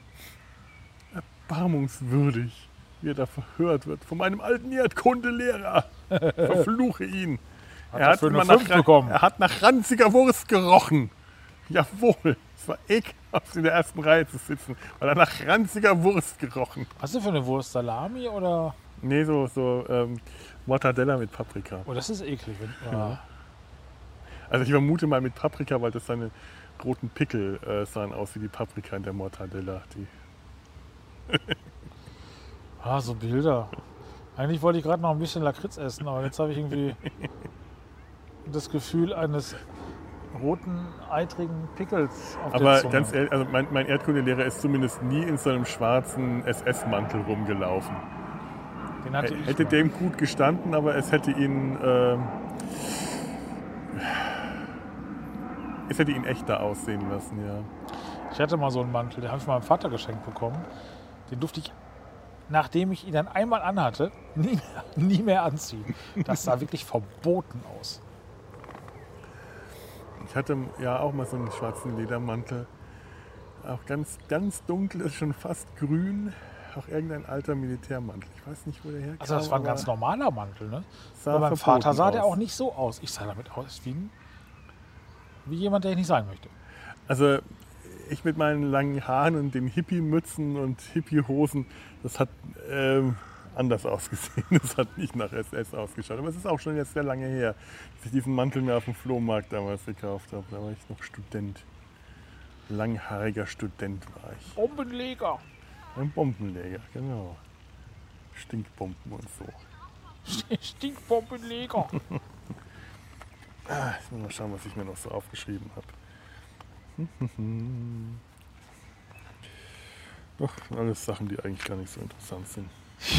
erbarmungswürdig, wie er da verhört wird von meinem alten Erdkundelehrer. Verfluche ihn. Er hat nach ranziger Wurst gerochen. Jawohl, es war ekelhaft, in der ersten Reihe zu sitzen, weil er nach ranziger Wurst gerochen. Was ist denn für eine Wurst? Salami oder? Nee, so Mortadella mit Paprika. Oh, das ist eklig. Ja. Also ich vermute mal mit Paprika, weil das seine roten Pickel sahen aus wie die Paprika in der Mortadella. So Bilder. Eigentlich wollte ich gerade noch ein bisschen Lakritz essen, aber jetzt habe ich irgendwie das Gefühl eines roten, eitrigen Pickels auf der Zunge. Aber ganz ehrlich, also mein Erdkundelehrer ist zumindest nie in so einem schwarzen SS-Mantel rumgelaufen. Den hatte ich hätte dem gut gestanden, aber es hätte ihn echter aussehen lassen, ja. Ich hatte mal so einen Mantel, den habe ich von meinem Vater geschenkt bekommen. Den durfte ich, nachdem ich ihn dann einmal anhatte, nie mehr anziehen. Das sah wirklich verboten aus. Ich hatte ja auch mal so einen schwarzen Ledermantel. Auch ganz, ganz dunkel, ist schon fast grün. Auch irgendein alter Militärmantel. Ich weiß nicht, wo der herkam. Also das war ein ganz normaler Mantel, ne? Bei meinem Vater sah der auch nicht so aus. Ich sah damit aus wie jemand, der ich nicht sein möchte. Also ich mit meinen langen Haaren und den Hippie-Mützen und Hippie-Hosen, das hat anders ausgesehen. Das hat nicht nach SS ausgeschaut. Aber es ist auch schon jetzt sehr lange her, dass ich diesen Mantel mir auf dem Flohmarkt damals gekauft habe. Da war ich noch Student. Langhaariger Student war ich. Bombenleger. Ein Bombenleger, genau. Stinkbomben und so. Stinkbombenleger. Ich muss mal schauen, was ich mir noch so aufgeschrieben habe. Doch, alles Sachen, die eigentlich gar nicht so interessant sind.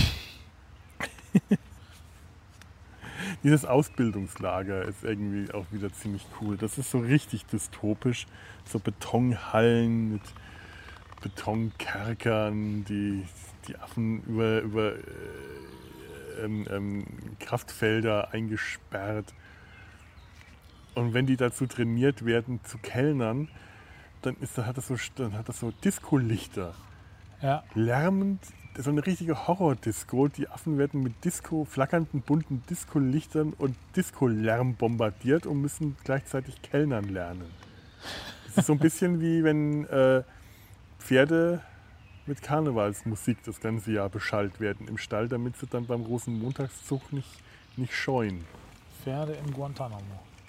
Dieses Ausbildungslager ist irgendwie auch wieder ziemlich cool. Das ist so richtig dystopisch. So Betonhallen mit Betonkerkern, die Affen über Kraftfelder eingesperrt. Und wenn die dazu trainiert werden zu kellnern, dann hat das so Disco-Lichter. Ja. Lärmend, so eine richtige Horror-Disco. Die Affen werden mit flackernden, bunten Disco-Lichtern und Disco-Lärm bombardiert und müssen gleichzeitig kellnern lernen. Das ist so ein bisschen wie wenn Pferde mit Karnevalsmusik das ganze Jahr beschallt werden im Stall, damit sie dann beim großen Montagszug nicht scheuen. Pferde in Guantanamo.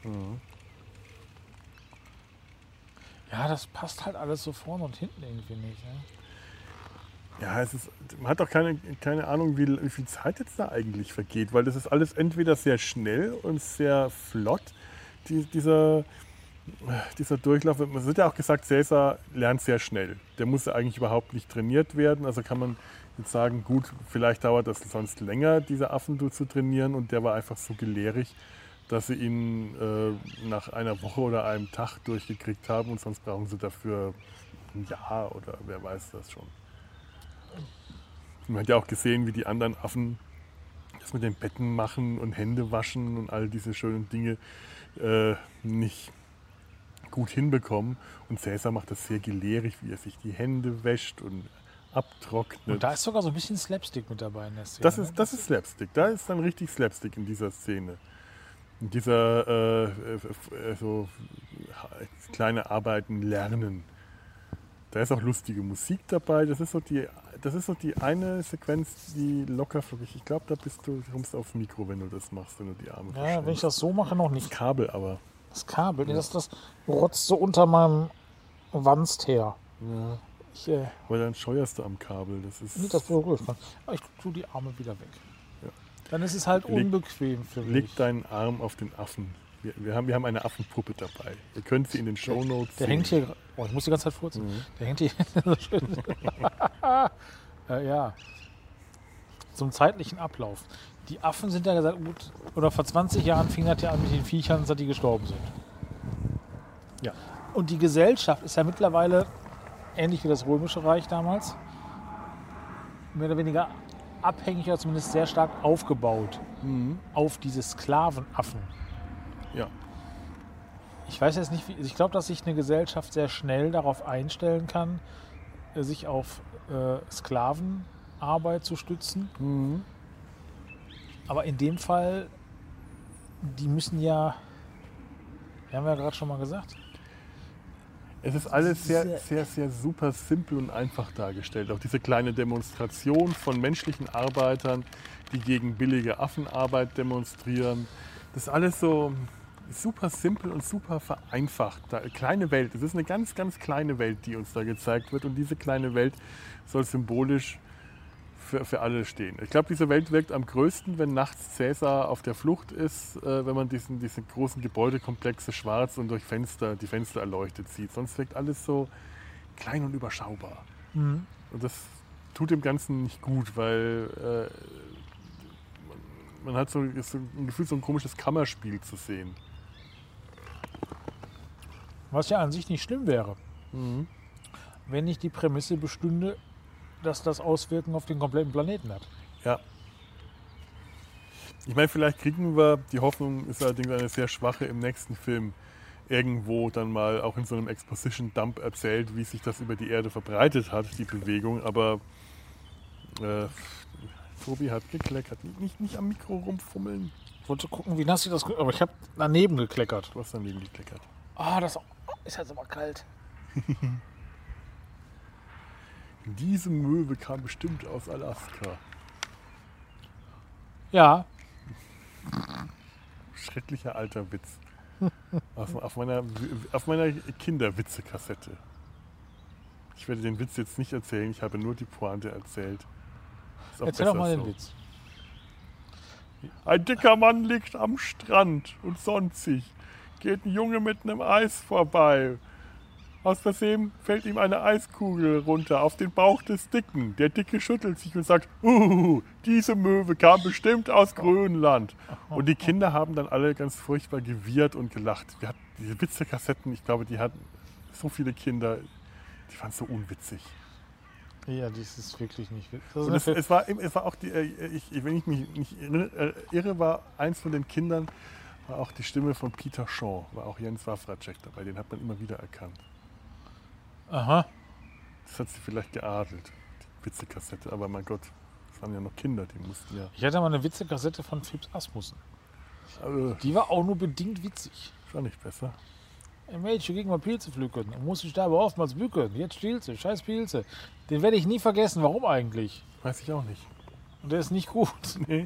Ja, das passt halt alles so vorne und hinten irgendwie nicht. Ne? Ja, man hat auch keine Ahnung, wie viel Zeit jetzt da eigentlich vergeht, weil das ist alles entweder sehr schnell und sehr flott, dieser Durchlauf. Es wird ja auch gesagt, Cäsar lernt sehr schnell. Der muss ja eigentlich überhaupt nicht trainiert werden. Also kann man jetzt sagen, gut, vielleicht dauert das sonst länger, diese Affen zu trainieren. Und der war einfach so gelehrig, dass sie ihn nach einer Woche oder einem Tag durchgekriegt haben. Und sonst brauchen sie dafür ein Jahr oder wer weiß das schon. Man hat ja auch gesehen, wie die anderen Affen das mit den Betten machen und Hände waschen und all diese schönen Dinge nicht gut hinbekommen. Und Cäsar macht das sehr gelehrig, wie er sich die Hände wäscht und abtrocknet. Und da ist sogar so ein bisschen Slapstick mit dabei in der Szene. Das ist Slapstick. Da ist dann richtig Slapstick in dieser Szene. In dieser so kleine Arbeiten lernen. Da ist auch lustige Musik dabei. Das ist so die eine Sequenz, die locker flockig. Ich glaube, kommst du aufs Mikro, wenn du das machst, wenn du die Arme verschränkst. Ja, wenn ich das so mache, noch nicht. Das Kabel aber. Das Kabel, ja. Das rotzt so unter meinem Wanst her. Ja. Weil dann scheuerst du am Kabel. Das berührt man. Aber ich tue die Arme wieder weg. Ja. Dann ist es halt unbequem für mich. Leg deinen Arm auf den Affen. Wir haben eine Affenpuppe dabei. Ihr könnt sie in den Shownotes sehen. Der hängt hier. Oh, ich muss die ganze Zeit furzen. Der hängt hier so schön. Ja. Zum zeitlichen Ablauf. Die Affen sind ja gesagt, gut, oder vor 20 Jahren fing das ja an mit den Viechern, seit die gestorben sind. Ja. Und die Gesellschaft ist ja mittlerweile, ähnlich wie das Römische Reich damals, mehr oder weniger abhängig oder zumindest sehr stark aufgebaut auf diese Sklavenaffen. Ja. Ich weiß jetzt nicht, ich glaube, dass sich eine Gesellschaft sehr schnell darauf einstellen kann, sich auf Sklavenarbeit zu stützen. Aber in dem Fall, die müssen ja, wir haben ja gerade schon mal gesagt. Es ist alles sehr, sehr, sehr super simpel und einfach dargestellt. Auch diese kleine Demonstration von menschlichen Arbeitern, die gegen billige Affenarbeit demonstrieren. Das ist alles so super simpel und super vereinfacht. Kleine Welt, es ist eine ganz, ganz kleine Welt, die uns da gezeigt wird. Und diese kleine Welt soll symbolisch für alle stehen. Ich glaube, diese Welt wirkt am größten, wenn nachts Cäsar auf der Flucht ist, wenn man diese großen Gebäudekomplexe schwarz und durch die Fenster erleuchtet sieht. Sonst wirkt alles so klein und überschaubar. Und das tut dem Ganzen nicht gut, weil man hat so ein Gefühl, so ein komisches Kammerspiel zu sehen. Was ja an sich nicht schlimm wäre, wenn nicht die Prämisse bestünde, dass das Auswirkungen auf den kompletten Planeten hat. Ja. Ich meine, vielleicht kriegen wir, die Hoffnung ist allerdings eine sehr schwache, im nächsten Film irgendwo dann mal auch in so einem Exposition-Dump erzählt, wie sich das über die Erde verbreitet hat, die Bewegung. Aber Tobi hat gekleckert. Nicht am Mikro rumfummeln. Ich wollte gucken, wie nass ich das... Aber ich habe daneben gekleckert. Du hast daneben gekleckert. Das ist jetzt aber kalt. Diese Möwe kam bestimmt aus Alaska. Ja. Schrecklicher alter Witz. auf meiner Kinderwitze-Kassette. Ich werde den Witz jetzt nicht erzählen, ich habe nur die Pointe erzählt. Erzähl doch mal den Witz. Ein dicker Mann liegt am Strand und sonstig. Geht ein Junge mit einem Eis vorbei. Aus Versehen fällt ihm eine Eiskugel runter auf den Bauch des Dicken. Der Dicke schüttelt sich und sagt, diese Möwe kam bestimmt aus Grönland. Und die Kinder haben dann alle ganz furchtbar gewirrt und gelacht. Wir hatten diese Witzekassetten, ich glaube, die hatten so viele Kinder, die waren so unwitzig. Ja, das ist wirklich nicht witzig. Und es war auch, wenn ich mich nicht irre, war eins von den Kindern, war auch die Stimme von Peter Shaw, war auch Jens Wawracek dabei, den hat man immer wieder erkannt. Aha. Das hat sie vielleicht geadelt, die Witzekassette. Aber mein Gott, das waren ja noch Kinder, die mussten ja... Ich hatte mal eine Witzekassette von Phipps Asmussen. Die war auch nur bedingt witzig. War nicht besser. Ey Mädchen, geh mal Pilze pflücken. Du musst dich da aber oftmals bücken. Jetzt Pilze, scheiß Pilze. Den werde ich nie vergessen. Warum eigentlich? Weiß ich auch nicht. Und der ist nicht gut. Nee.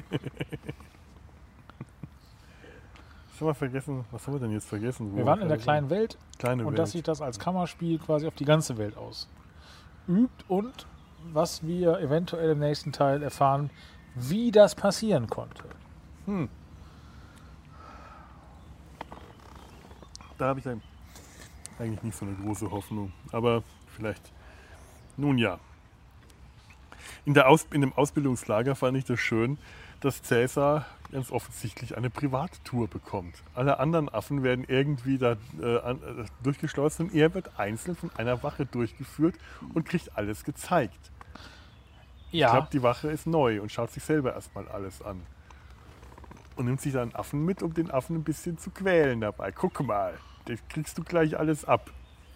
Schon mal vergessen, was haben wir denn jetzt vergessen? Wir waren in der kleinen Welt Kleine und Welt. dass sich das als Kammerspiel quasi auf die ganze Welt ausübt und was wir eventuell im nächsten Teil erfahren, wie das passieren konnte. Da habe ich eigentlich nicht so eine große Hoffnung. Aber vielleicht, nun ja. In dem Ausbildungslager fand ich das schön, dass Cäsar ganz offensichtlich eine Privattour bekommt. Alle anderen Affen werden irgendwie da durchgeschleust und er wird einzeln von einer Wache durchgeführt und kriegt alles gezeigt. Ich glaube, die Wache ist neu und schaut sich selber erstmal alles an. Und nimmt sich dann einen Affen mit, um den Affen ein bisschen zu quälen dabei. Guck mal, das kriegst du gleich alles ab.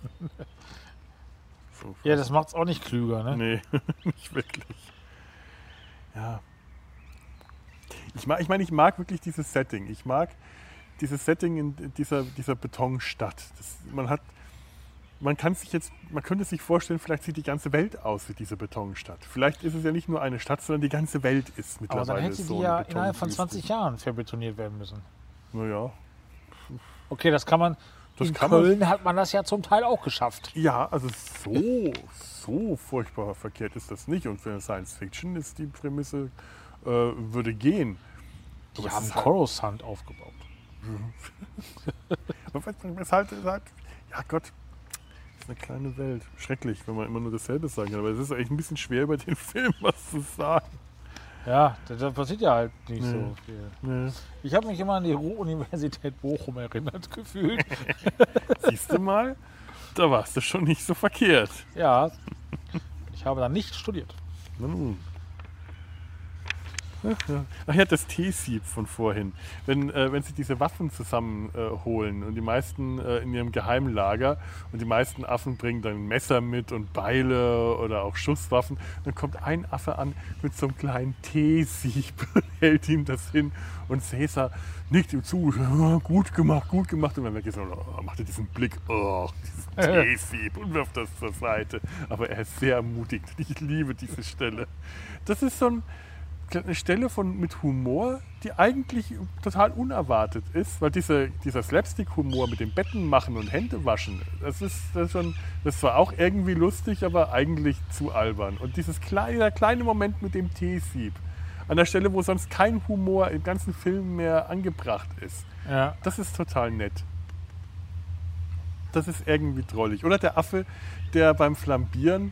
So, Ja, das macht es auch nicht klüger, ne? nee, nicht wirklich. Ja. Ich mag wirklich dieses Setting. Ich mag dieses Setting in dieser Betonstadt. Man könnte sich vorstellen, vielleicht sieht die ganze Welt aus wie diese Betonstadt. Vielleicht ist es ja nicht nur eine Stadt, sondern die ganze Welt ist Aber mittlerweile dann hätte so die ja eine innerhalb von Betonwüste. 20 Jahren verbetoniert werden müssen. Naja. Okay, das kann man. Das In kann man- Köln hat man das ja zum Teil auch geschafft. Ja, also so furchtbar verkehrt ist das nicht. Und für Science Fiction ist die Prämisse, würde gehen. Die Aber es haben ist halt- Coruscant aufgebaut. Aber es ist halt, ja Gott, das ist eine kleine Welt. Schrecklich, wenn man immer nur dasselbe sagen kann. Aber es ist echt ein bisschen schwer, über den Film was zu sagen. Ja, da passiert ja halt nicht Nee. so viel. Nee. Ich habe mich immer an die Ruhr-Universität Bochum erinnert gefühlt. Siehst du mal, da warst du schon nicht so verkehrt. Ja, ich habe da nicht studiert. Na nun. Ach ja, das T-Sieb von vorhin. Wenn sie diese Waffen zusammenholen und die meisten in ihrem Geheimlager und die meisten Affen bringen dann Messer mit und Beile oder auch Schusswaffen, dann kommt ein Affe an mit so einem kleinen T-Sieb und hält ihm das hin und Cäsar nickt ihm zu, gut gemacht und dann macht er diesen Blick, diesen T-Sieb und wirft das zur Seite. Aber er ist sehr ermutigt. Ich liebe diese Stelle. Das ist so eine Stelle mit Humor, die eigentlich total unerwartet ist, weil dieser Slapstick-Humor mit dem Betten machen und Hände waschen, das ist zwar auch irgendwie lustig, aber eigentlich zu albern. Und dieser kleine Moment mit dem T-Sieb, an der Stelle, wo sonst kein Humor im ganzen Film mehr angebracht ist, Ja. das ist total nett. Das ist irgendwie drollig. Oder der Affe, der beim Flambieren,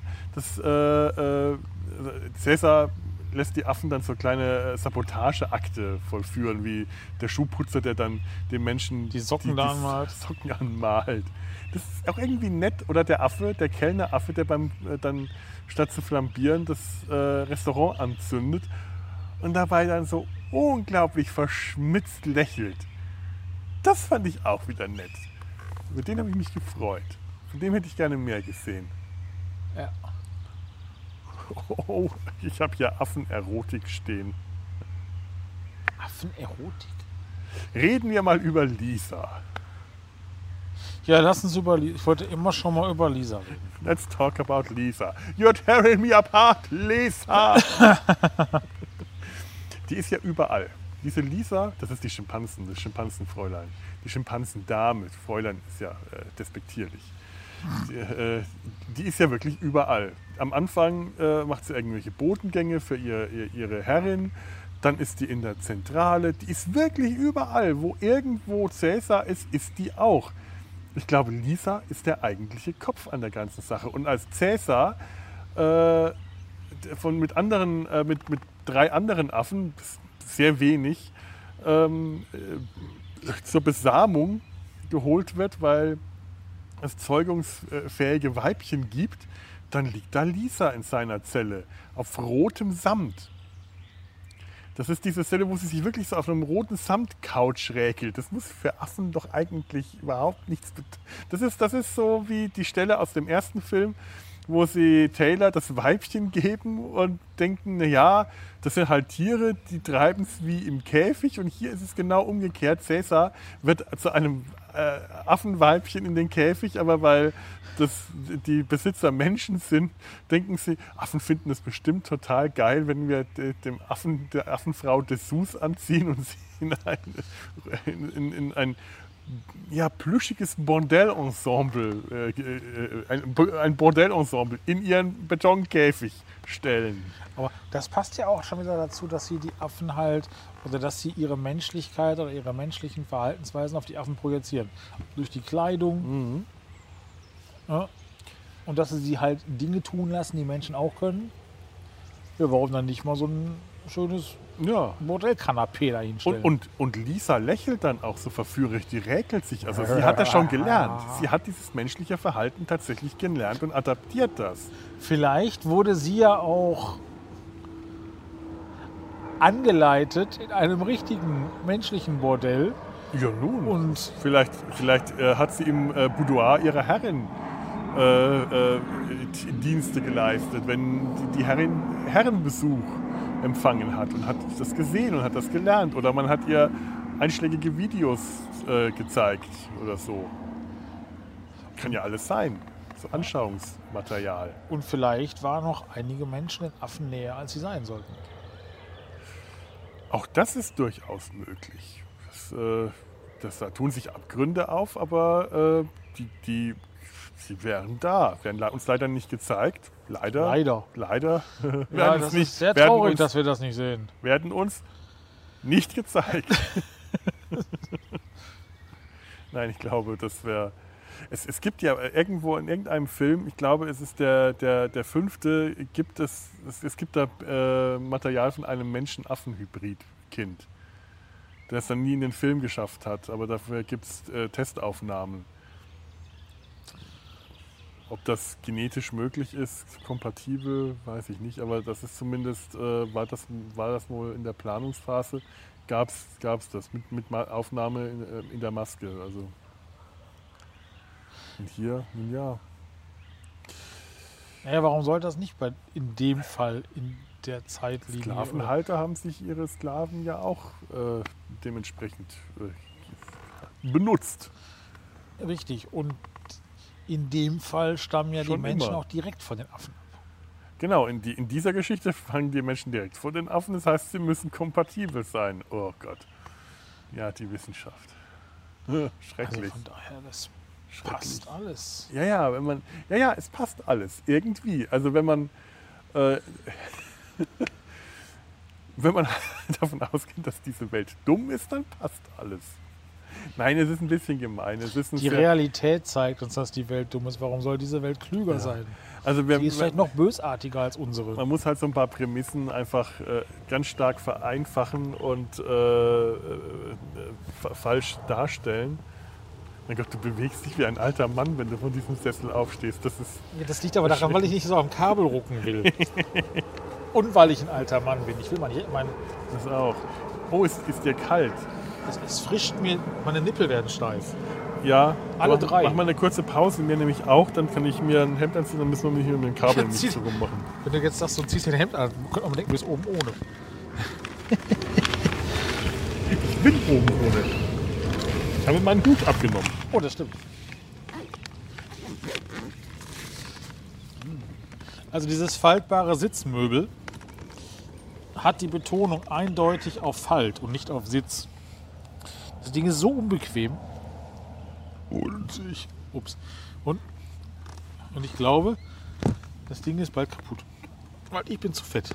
Cäsar lässt die Affen dann so kleine Sabotageakte vollführen, wie der Schuhputzer, der dann den Menschen Die Socken da anmalt. Socken anmalt. Das ist auch irgendwie nett. Oder der Affe, der Kellneraffe, der dann statt zu flambieren das Restaurant anzündet und dabei dann so unglaublich verschmitzt lächelt. Das fand ich auch wieder nett. Über den habe ich mich gefreut. Von dem hätte ich gerne mehr gesehen. Ja. Oh, ich habe hier Affenerotik stehen. Affenerotik. Reden wir mal über Lisa. Ja, lass uns über Lisa. Ich wollte immer schon mal über Lisa reden. Let's talk about Lisa. You're tearing me apart, Lisa. Die ist ja überall. Diese Lisa, das ist die Schimpansen, das Schimpansenfräulein. Die Schimpansendame, Fräulein ist ja despektierlich. Die ist ja wirklich überall. Am Anfang macht sie irgendwelche Botengänge für ihre Herrin. Dann ist die in der Zentrale. Die ist wirklich überall. Wo irgendwo Cäsar ist, ist die auch. Ich glaube, Lisa ist der eigentliche Kopf an der ganzen Sache. Und als Cäsar mit 3 anderen Affen, sehr wenig, zur Besamung geholt wird, weil es zeugungsfähige Weibchen gibt, dann liegt da Lisa in seiner Zelle auf rotem Samt. Das ist diese Stelle, wo sie sich wirklich so auf einem roten Samt-Couch räkelt. Das muss für Affen doch eigentlich überhaupt nichts bedeuten. Das ist so wie die Stelle aus dem ersten Film, wo sie Taylor das Weibchen geben und denken, naja, das sind halt Tiere, die treiben es wie im Käfig. Und hier ist es genau umgekehrt. Cäsar wird zu einem Affenweibchen in den Käfig, aber weil die Besitzer Menschen sind, denken sie, Affen finden es bestimmt total geil, wenn wir der Affenfrau Dessous anziehen und sie in ein plüschiges Bordellensemble, ein Bordellensemble in ihren Betonkäfig stellen. Aber das passt ja auch schon wieder dazu, dass sie die Affen halt, oder dass sie ihre Menschlichkeit oder ihre menschlichen Verhaltensweisen auf die Affen projizieren. Durch die Kleidung. Ja. Und dass sie halt Dinge tun lassen, die Menschen auch können. Ja, warum dann nicht mal so ein schönes Bordellkanapee da hinstellen? Und Lisa lächelt dann auch so verführerisch, die räkelt sich. Also sie hat das schon gelernt. Sie hat dieses menschliche Verhalten tatsächlich gelernt und adaptiert das. Vielleicht wurde sie ja auch angeleitet in einem richtigen menschlichen Bordell. Ja nun, und vielleicht hat sie im Boudoir ihrer Herrin Dienste geleistet, wenn die Herrin Herrenbesuch empfangen hat und hat das gesehen und hat das gelernt. Oder man hat ihr einschlägige Videos gezeigt oder so. Kann ja alles sein. So Anschauungsmaterial. Und vielleicht waren noch einige Menschen den Affen näher, als sie sein sollten. Auch das ist durchaus möglich. Da tun sich Abgründe auf, aber sie wären da. Werden uns leider nicht gezeigt. Leider. Ja, das ist sehr traurig, dass wir das nicht sehen. Werden uns nicht gezeigt. Nein, ich glaube, das wäre... Es gibt ja irgendwo in irgendeinem Film, ich glaube, es ist der 5., es gibt da Material von einem Menschen-Affen-Hybrid-Kind, der es dann nie in den Film geschafft hat, aber dafür gibt es Testaufnahmen. Ob das genetisch möglich ist, kompatibel, weiß ich nicht, aber das ist zumindest, war das wohl in der Planungsphase, gab es das mit Aufnahme in der Maske. Also. Und hier, ja. Naja, warum sollte das nicht in dem Fall in der Zeitlinie? Sklavenhalter haben sich ihre Sklaven ja auch dementsprechend benutzt. Richtig. Und in dem Fall stammen ja Schon die Menschen immer auch direkt von den Affen ab. Genau, in dieser Geschichte fangen die Menschen direkt von den Affen. Das heißt, sie müssen kompatibel sein. Oh Gott. Ja, die Wissenschaft. Schrecklich. Also von daher, das passt alles. Ja, es passt alles. Irgendwie. Also wenn man davon ausgeht, dass diese Welt dumm ist, dann passt alles. Nein, es ist ein bisschen gemein. Die Realität zeigt uns, dass die Welt dumm ist. Warum soll diese Welt klüger sein? Also die ist vielleicht noch bösartiger als unsere. Man muss halt so ein paar Prämissen einfach ganz stark vereinfachen und falsch darstellen. Mein Gott, du bewegst dich wie ein alter Mann, wenn du von diesem Sessel aufstehst. Das liegt aber daran, weil ich nicht so auf dem Kabel rucken will. Und weil ich ein alter Mann bin. Ich will mal nicht... Das auch. Oh, ist dir kalt? Es frischt mir... Meine Nippel werden steif. Ja. Alle drei. Mach mal eine kurze Pause, mir nämlich auch. Dann kann ich mir ein Hemd anziehen, dann müssen wir mich hier mit dem Kabel nicht so rummachen. Wenn du jetzt sagst, du ziehst dir ein Hemd an, könnte man denken, du bist oben ohne. Ich bin oben ohne. Ich habe meinen Hut abgenommen. Oh, das stimmt. Also dieses faltbare Sitzmöbel hat die Betonung eindeutig auf Falt und nicht auf Sitz. Das Ding ist so unbequem. Und ich glaube, das Ding ist bald kaputt. Weil ich bin zu fett.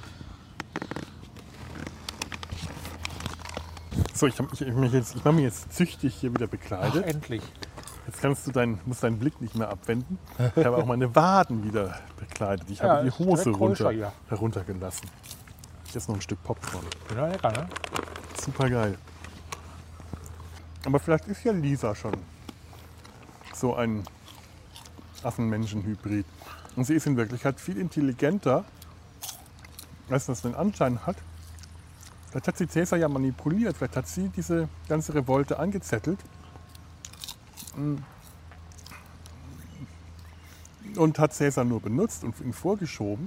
So, ich mache mich jetzt züchtig hier wieder bekleidet. Ach, endlich. Jetzt musst deinen Blick nicht mehr abwenden. Ich habe auch meine Waden wieder bekleidet. Ich habe die Hose heruntergelassen. Jetzt noch ein Stück Popcorn. Ja, lecker, ne? Super geil. Aber vielleicht ist ja Lisa schon so ein Affen-Menschen-Hybrid. Und sie ist in Wirklichkeit viel intelligenter, als das den Anschein hat. Vielleicht hat sie Cäsar ja manipuliert, vielleicht hat sie diese ganze Revolte angezettelt. und hat Cäsar nur benutzt und ihn vorgeschoben.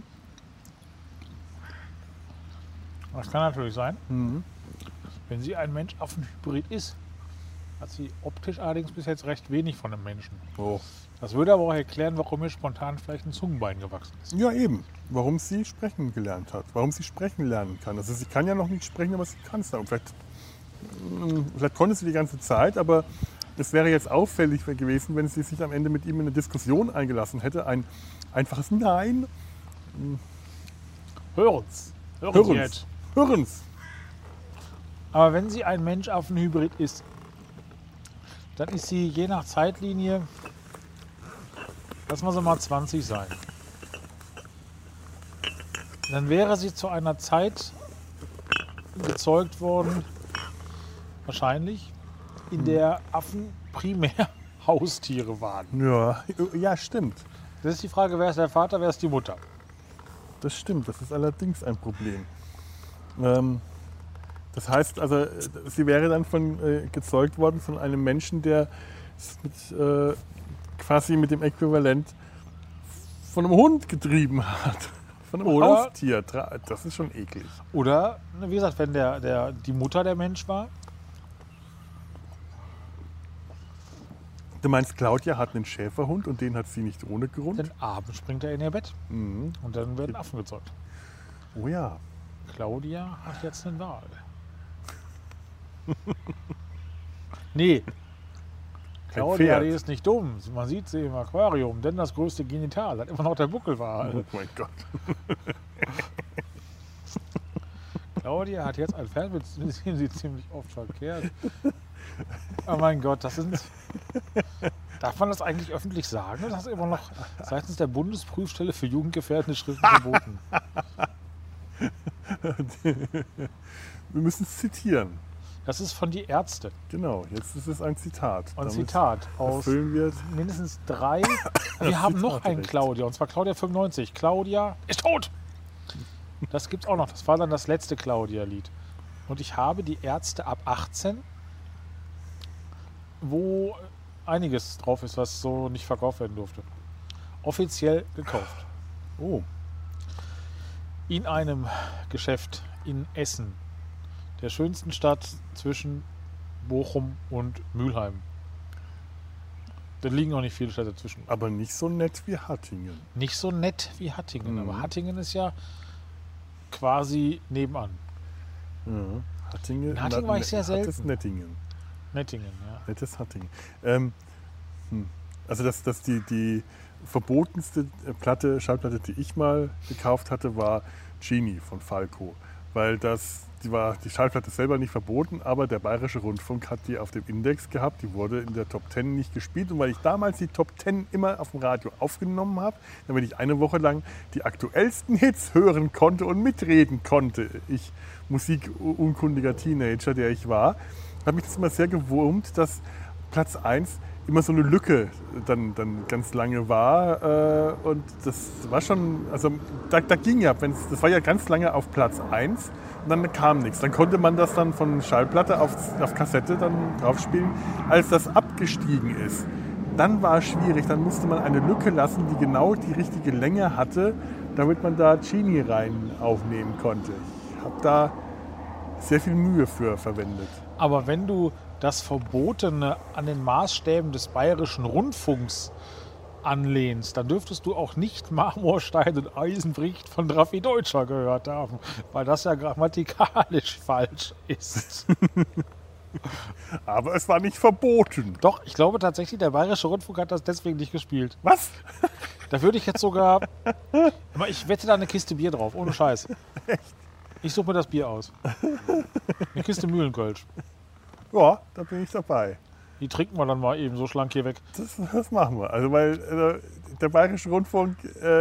Das kann natürlich sein. Wenn sie ein Mensch-Affen-Hybrid ist, hat sie optisch allerdings bis jetzt recht wenig von einem Menschen. Oh. Das würde aber auch erklären, warum ihr spontan vielleicht ein Zungenbein gewachsen ist. Ja, eben. Warum sie sprechen gelernt hat. Warum sie sprechen lernen kann. Also sie kann ja noch nicht sprechen, aber sie kann es dann. Und vielleicht konnte sie die ganze Zeit, aber es wäre jetzt auffällig gewesen, wenn sie sich am Ende mit ihm in eine Diskussion eingelassen hätte. Ein einfaches Nein. Hören's. Hören's. Aber wenn sie ein Mensch-Affen-Hybrid ist, dann ist sie je nach Zeitlinie, lassen wir sie mal 20 sein. Dann wäre sie zu einer Zeit gezeugt worden, wahrscheinlich, in der Affen primär Haustiere waren. Ja, stimmt. Das ist die Frage, wer ist der Vater, wer ist die Mutter? Das stimmt, das ist allerdings ein Problem. Das heißt, also, sie wäre dann gezeugt worden von einem Menschen, der quasi mit dem Äquivalent von einem Hund getrieben hat. Von einem Haustier. Das ist schon eklig. Oder, wie gesagt, wenn die Mutter der Mensch war. Du meinst, Claudia hat einen Schäferhund und den hat sie nicht ohne Grund? Dann abends springt er in ihr Bett. Mhm. Und dann werden Affen gezeugt. Oh ja. Claudia hat jetzt einen Wal. Nee. Claudia, die ist nicht dumm. Man sieht sie im Aquarium, denn das größte Genital hat immer noch der Buckelwal. Oh mein Gott. Claudia hat jetzt ein Pferd, mit dem sie ziemlich oft verkehrt. Oh mein Gott, das sind... Darf man das eigentlich öffentlich sagen? Das ist immer noch seitens der Bundesprüfstelle für jugendgefährdende Schriften verboten. Wir müssen es zitieren. Das ist von die Ärzte. Genau, jetzt ist es ein Zitat. Ein Zitat aus mindestens 3. Wir haben noch einen Claudia, und zwar Claudia 95. Claudia ist tot! Das gibt's auch noch. Das war dann das letzte Claudia-Lied. Und ich habe die Ärzte ab 18, wo einiges drauf ist, was so nicht verkauft werden durfte, offiziell gekauft. Oh. In einem Geschäft in Essen, der schönsten Stadt zwischen Bochum und Mülheim. Da liegen noch nicht viele Städte dazwischen. Aber nicht so nett wie Hattingen. Nicht so nett wie Hattingen, aber Hattingen ist ja quasi nebenan. Ja. Hattingen war ich sehr selten. Nettes Nettingen. Nettingen, ja. Nettes Hattingen. Also das die verbotenste Schallplatte, die ich mal gekauft hatte, war Genie von Falco. Weil die Schallplatte selber nicht verboten, aber der Bayerische Rundfunk hat die auf dem Index gehabt. Die wurde in der Top 10 nicht gespielt. Und weil ich damals die Top 10 immer auf dem Radio aufgenommen habe, damit ich eine Woche lang die aktuellsten Hits hören konnte und mitreden konnte, ich musikunkundiger Teenager, der ich war, hat mich das immer sehr gewurmt, dass Platz 1 immer so eine Lücke dann ganz lange war. Und das war schon, also da ging ja, das war ja ganz lange auf Platz 1 und dann kam nichts. Dann konnte man das dann von Schallplatte auf Kassette dann draufspielen, als das abgestiegen ist. Dann war es schwierig, dann musste man eine Lücke lassen, die genau die richtige Länge hatte, damit man da Genie rein aufnehmen konnte. Ich habe da sehr viel Mühe für verwendet. Aber wenn du das Verbotene an den Maßstäben des Bayerischen Rundfunks anlehnst, dann dürftest du auch nicht Marmorstein und Eisenbricht von Raffi Deutscher gehört haben, weil das ja grammatikalisch falsch ist. Aber es war nicht verboten. Doch, ich glaube tatsächlich, der Bayerische Rundfunk hat das deswegen nicht gespielt. Was? Da würde ich jetzt sogar... Aber ich wette da eine Kiste Bier drauf, ohne Scheiß. Echt? Ich suche mir das Bier aus. Eine Kiste Mühlenkölsch. Ja, da bin ich dabei. Die trinken wir dann mal eben so schlank hier weg. Das machen wir. Also weil der Bayerische Rundfunk,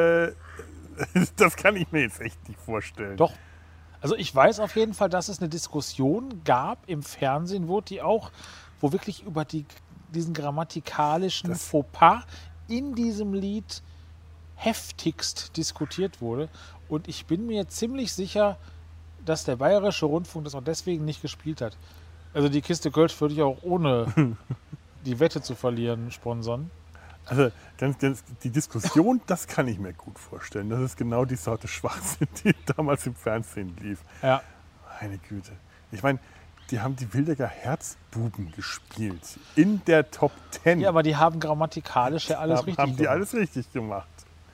das kann ich mir jetzt echt nicht vorstellen. Doch. Also ich weiß auf jeden Fall, dass es eine Diskussion gab im Fernsehen, wo wirklich über diesen grammatikalischen Fauxpas in diesem Lied heftigst diskutiert wurde. Und ich bin mir ziemlich sicher, dass der Bayerische Rundfunk das auch deswegen nicht gespielt hat. Also die Kiste Kölsch würde ich auch ohne die Wette zu verlieren sponsern. Also die Diskussion, das kann ich mir gut vorstellen. Das ist genau die Sorte Schwachsinn, die damals im Fernsehen lief. Ja. Meine Güte. Ich meine, die haben die Wildecker Herzbuben gespielt. In der Top 10. Ja, aber die haben grammatikalisch ja alles richtig Haben die gemacht. alles richtig gemacht.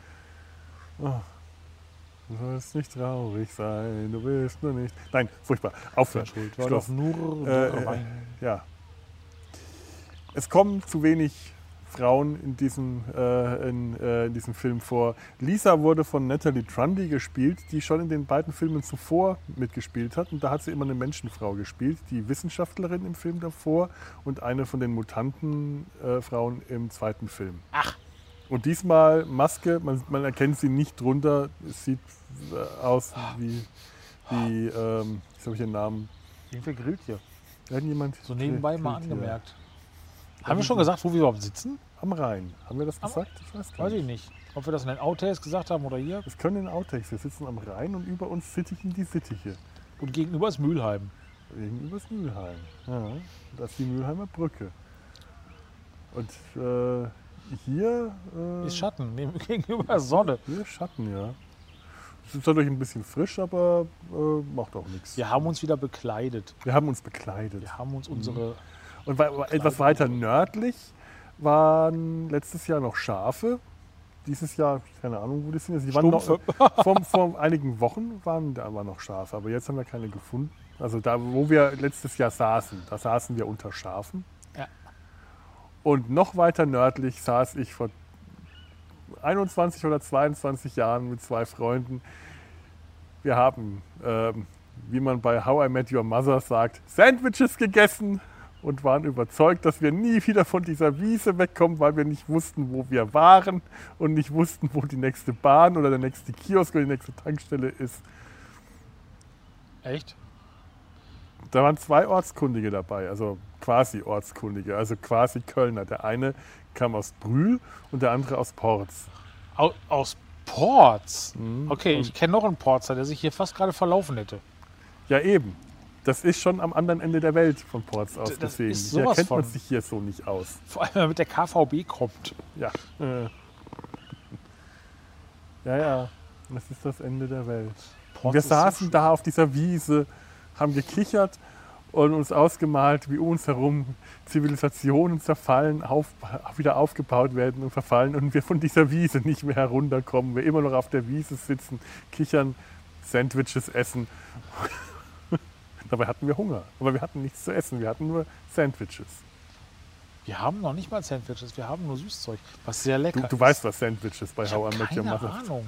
Oh. Du sollst nicht traurig sein, du willst nur nicht... Nein, furchtbar. Aufhören. Schuld war Schluss. doch nur Ja. Es kommen zu wenig Frauen in diesem Film vor. Lisa wurde von Natalie Trundy gespielt, die schon in den beiden Filmen zuvor mitgespielt hat. Und da hat sie immer eine Menschenfrau gespielt, die Wissenschaftlerin im Film davor und eine von den Mutantenfrauen im zweiten Film. Ach. Und diesmal Maske, man erkennt sie nicht drunter. Es sieht aus wie jetzt habe ich den Namen. Irgendwer grillt hier. Irgendjemand So nebenbei mal grillt hier. angemerkt. Haben wir schon gesagt, wo wir überhaupt sitzen? Am Rhein. Haben wir das gesagt? Ich weiß gar Weiß nicht. ich nicht. Ob wir das in den Outtakes gesagt haben oder hier. Das können in Outtakes. Wir sitzen am Rhein und über uns sittichen die Sittiche. Und gegenüber ist Mülheim. Gegenüber ist Mülheim. Ja, das ist die Mülheimer Brücke. Und hier... Ist Schatten. Gegenüber ist Sonne. Hier ist Schatten, ja. Es ist dadurch ein bisschen frisch, aber macht auch nichts. Wir haben uns wieder bekleidet. Wir haben uns bekleidet. Wir haben uns unsere... Und etwas weiter nördlich waren letztes Jahr noch Schafe. Dieses Jahr, keine Ahnung, wo die sind. Die waren noch, vor einigen Wochen waren da noch Schafe, aber jetzt haben wir keine gefunden. Also da, wo wir letztes Jahr saßen, da saßen wir unter Schafen. Ja. Und noch weiter nördlich saß ich vor 21 oder 22 Jahren mit zwei Freunden. Wir haben, wie man bei How I Met Your Mother sagt, Sandwiches gegessen und waren überzeugt, dass wir nie wieder von dieser Wiese wegkommen, weil wir nicht wussten, wo wir waren und nicht wussten, wo die nächste Bahn oder der nächste Kiosk oder die nächste Tankstelle ist. Echt? Da waren zwei Ortskundige dabei, also quasi Ortskundige, also quasi Kölner. Der eine kam aus Brühl und der andere aus Porz. Aus Porz? Mhm. Okay, ich kenne noch einen Porzer, der sich hier fast gerade verlaufen hätte. Ja, eben. Das ist schon am anderen Ende der Welt von Porz aus Das gesehen. ist Da sowas kennt man von. sich hier so nicht aus. Vor allem, wenn man mit der KVB kommt. Ja. Ja. Das ist das Ende der Welt. Und wir ist so saßen da auf dieser Wiese, haben gekichert und uns ausgemalt, wie um uns herum Zivilisationen zerfallen, wieder aufgebaut werden und verfallen und wir von dieser Wiese nicht mehr herunterkommen. Wir immer noch auf der Wiese sitzen, kichern, Sandwiches essen. Dabei hatten wir Hunger, aber wir hatten nichts zu essen, wir hatten nur Sandwiches. Wir haben noch nicht mal Sandwiches, wir haben nur Süßzeug, was sehr lecker ist. Du weißt, was Sandwiches bei Ich How hab I Met Your keine Mother Ahnung.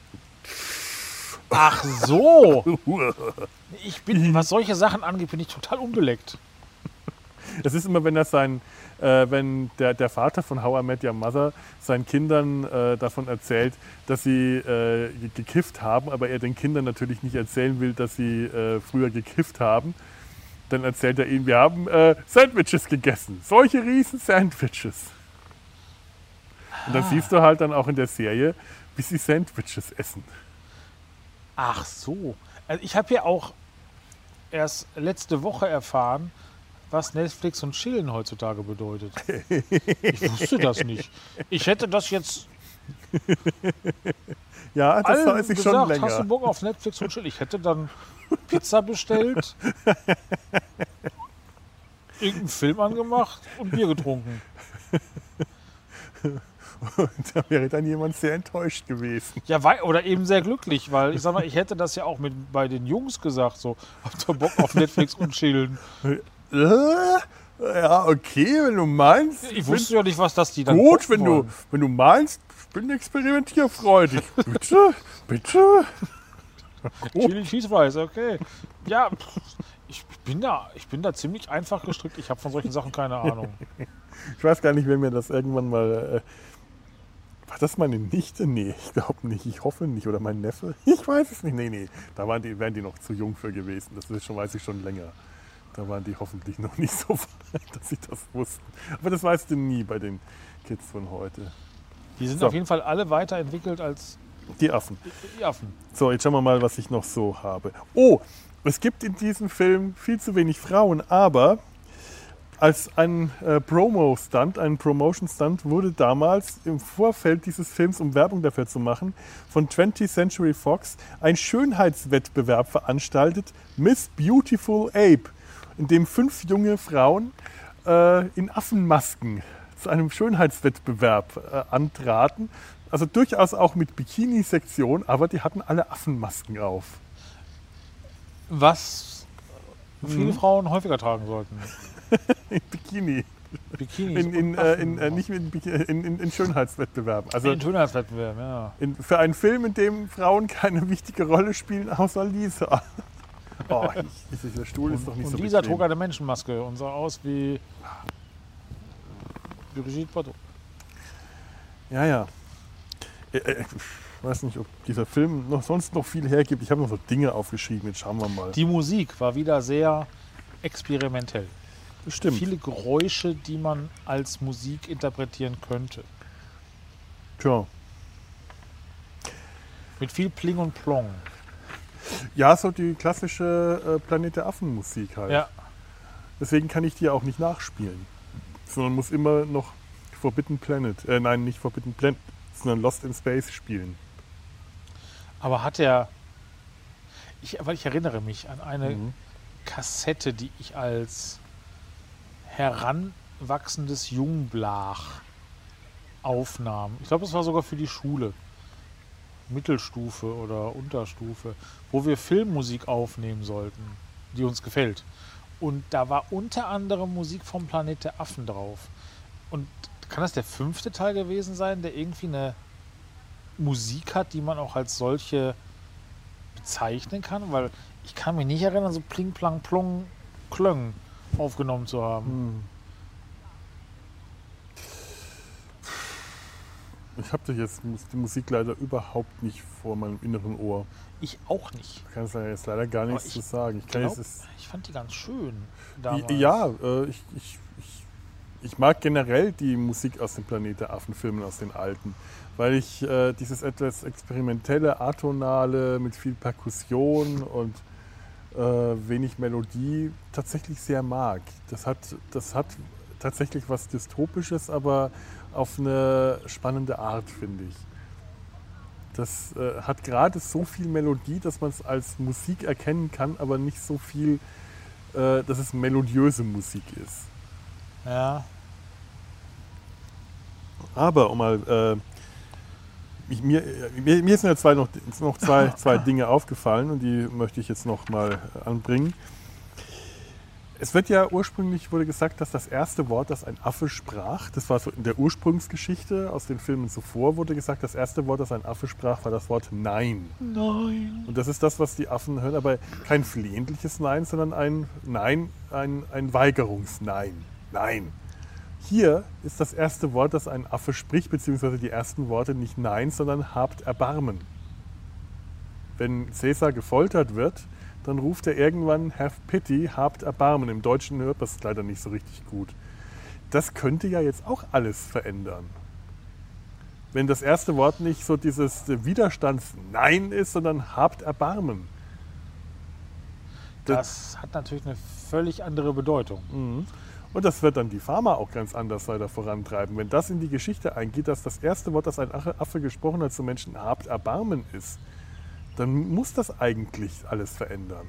Ach so! Was solche Sachen angeht, bin ich total unbeleckt. Es ist immer, wenn wenn der Vater von How I Met Your Mother seinen Kindern davon erzählt, dass sie gekifft haben, aber er den Kindern natürlich nicht erzählen will, dass sie früher gekifft haben, dann erzählt er ihnen, wir haben Sandwiches gegessen. Solche riesen Sandwiches. Und dann siehst du halt dann auch in der Serie, wie sie Sandwiches essen. Ach so. Also ich habe ja auch erst letzte Woche erfahren, was Netflix und Chillen heutzutage bedeutet. Ich wusste das nicht. Ich hätte das jetzt Ja, das allen weiß ich gesagt, schon länger. hast du Bock auf Netflix und Chillen? Ich hätte dann Pizza bestellt, irgendeinen Film angemacht und Bier getrunken. Und da wäre dann jemand sehr enttäuscht gewesen. Ja, oder eben sehr glücklich, weil ich sag mal, ich hätte das ja auch bei den Jungs gesagt, so, habt ihr Bock auf Netflix und Chillen? Ja, okay, wenn du meinst. Ich wusste ja nicht, was das die dann Gut, gucken wollen. wenn du meinst, ich bin experimentierfreudig. Bitte, bitte. Chili Cheese Fries, okay. Ja, ich bin da ziemlich einfach gestrickt. Ich habe von solchen Sachen keine Ahnung. Ich weiß gar nicht, wenn mir das irgendwann mal... war das meine Nichte? Nee, ich glaube nicht. Ich hoffe nicht. Oder mein Neffe? Ich weiß es nicht. Nee. Da wären die noch zu jung für gewesen. Das weiß ich schon länger. Da waren die hoffentlich noch nicht so weit, dass sie das wussten. Aber das weißt du nie bei den Kids von heute. Die sind So. auf jeden Fall alle weiterentwickelt als Die Affen. die Affen. So, jetzt schauen wir mal, was ich noch so habe. Oh, es gibt in diesem Film viel zu wenig Frauen, aber Als ein Promo-Stunt, ein Promotion-Stunt wurde damals im Vorfeld dieses Films, um Werbung dafür zu machen, von 20th Century Fox ein Schönheitswettbewerb veranstaltet, Miss Beautiful Ape, in dem 5 junge Frauen in Affenmasken zu einem Schönheitswettbewerb antraten. Also durchaus auch mit Bikini-Sektion, aber die hatten alle Affenmasken auf. Was viele Frauen häufiger tragen sollten. In Bikini. Bikinis Nicht in Schönheitswettbewerben. Also in Schönheitswettbewerben, ja. Für einen Film, in dem Frauen keine wichtige Rolle spielen, außer Lisa. Oh, dieser Stuhl ist doch nicht so Und Lisa bequem. trug eine Menschenmaske und sah aus wie Brigitte Bardot. Ja. Ich weiß nicht, ob dieser Film sonst noch viel hergibt. Ich habe noch so Dinge aufgeschrieben, jetzt schauen wir mal. Die Musik war wieder sehr experimentell. Bestimmt. Viele Geräusche, die man als Musik interpretieren könnte. Tja. Mit viel Pling und Plong. Ja, so die klassische Planet der Affen-Musik halt. Ja. Deswegen kann ich die auch nicht nachspielen. Sondern muss immer noch Forbidden Planet, nein, nicht Forbidden Planet, sondern Lost in Space spielen. Aber hat er... Weil ich erinnere mich an eine Kassette, die ich als heranwachsendes Jungblach aufnahm. Ich glaube, das war sogar für die Schule. Mittelstufe oder Unterstufe, wo wir Filmmusik aufnehmen sollten, die uns gefällt. Und da war unter anderem Musik vom Planet der Affen drauf. Und kann das der 5. Teil gewesen sein, der irgendwie eine Musik hat, die man auch als solche bezeichnen kann? Weil ich kann mich nicht erinnern, so Pling, Plang, Plong, Klöng aufgenommen zu haben. Ich habe jetzt die Musik leider überhaupt nicht vor meinem inneren Ohr. Ich auch nicht. Ich kann da jetzt leider gar nichts zu sagen. Ich fand die ganz schön damals. Ja, ich mag generell die Musik aus den Planet der Affen-Filmen, aus den alten. Weil ich dieses etwas experimentelle, atonale, mit viel Perkussion und wenig Melodie tatsächlich sehr mag. Das hat tatsächlich was Dystopisches, aber auf eine spannende Art, finde ich. Das hat gerade so viel Melodie, dass man es als Musik erkennen kann, aber nicht so viel, dass es melodiöse Musik ist. Ja. Aber um mal, mir sind ja noch zwei Dinge aufgefallen und die möchte ich jetzt noch mal anbringen. Es wurde gesagt, dass das erste Wort, das ein Affe sprach, das war so in der Ursprungsgeschichte aus den Filmen zuvor, wurde gesagt, das erste Wort, das ein Affe sprach, war das Wort Nein. Nein. Und das ist das, was die Affen hören, aber kein flehentliches Nein, sondern ein Nein, ein Weigerungsnein. Nein. Hier ist das erste Wort, das ein Affe spricht, beziehungsweise die ersten Worte nicht Nein, sondern habt Erbarmen. Wenn Cäsar gefoltert wird, dann ruft er irgendwann have pity, habt Erbarmen. Im Deutschen hört man es leider nicht so richtig gut. Das könnte ja jetzt auch alles verändern. Wenn das erste Wort nicht so dieses Widerstands-Nein ist, sondern habt Erbarmen. Das hat natürlich eine völlig andere Bedeutung. Und das wird dann die Pharma auch ganz anders weiter vorantreiben. Wenn das in die Geschichte eingeht, dass das erste Wort, das ein Affe gesprochen hat zu Menschen, habt Erbarmen ist, dann muss das eigentlich alles verändern.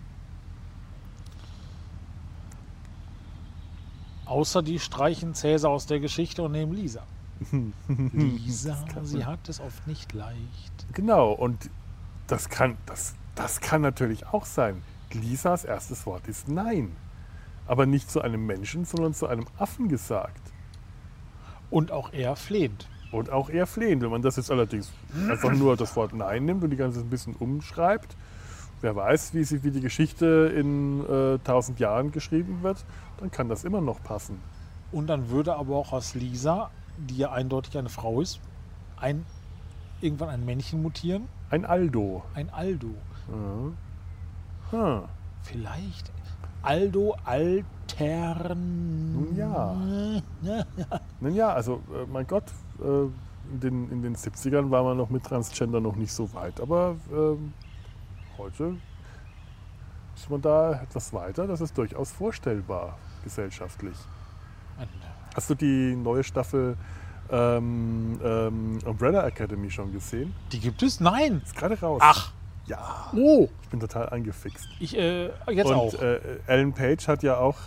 Außer die streichen Cäsar aus der Geschichte und nehmen Lisa. Lisa, sie hat es oft nicht leicht. Genau, und das kann natürlich auch sein. Lisas erstes Wort ist Nein. Aber nicht zu einem Menschen, sondern zu einem Affen gesagt. Und auch eher flehend. Und auch eher flehend. Wenn man das jetzt allerdings einfach nur das Wort Nein nimmt und die ganze ein bisschen umschreibt, wer weiß, wie die Geschichte in 1000 Jahren geschrieben wird, dann kann das immer noch passen. Und dann würde aber auch aus Lisa, die ja eindeutig eine Frau ist, irgendwann ein Männchen mutieren. Ein Aldo. Ein Aldo. Hm. Vielleicht Aldo Altern. Nun ja. Nun ja, also mein Gott, in den 70ern war man noch mit Transgender noch nicht so weit. Aber heute ist man da etwas weiter. Das ist durchaus vorstellbar. gesellschaftlich. Hast du die neue Staffel Umbrella Academy schon gesehen? Die gibt es? Nein. Ist gerade raus. Ach. Ja. Oh. Ich bin total angefixt. Ich jetzt Und auch. Ellen Page hat ja auch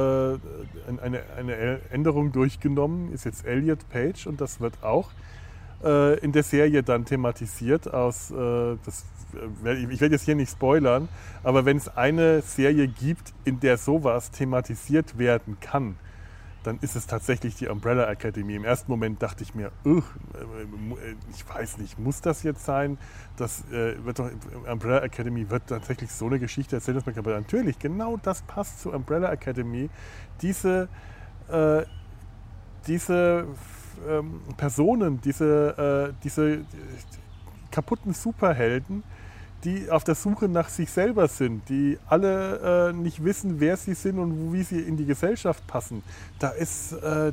eine Änderung durchgenommen, ist jetzt Elliot Page und das wird auch in der Serie dann thematisiert ich werde jetzt hier nicht spoilern, aber wenn es eine Serie gibt, in der sowas thematisiert werden kann, dann ist es tatsächlich die Umbrella Academy. Im ersten Moment dachte ich mir, ich weiß nicht, muss das jetzt sein? Umbrella Academy wird tatsächlich so eine Geschichte erzählen, dass man kann. Aber natürlich, genau das passt zu Umbrella Academy. Diese Personen, diese kaputten Superhelden, die auf der Suche nach sich selber sind, die alle nicht wissen, wer sie sind und wie sie in die Gesellschaft passen. Da ist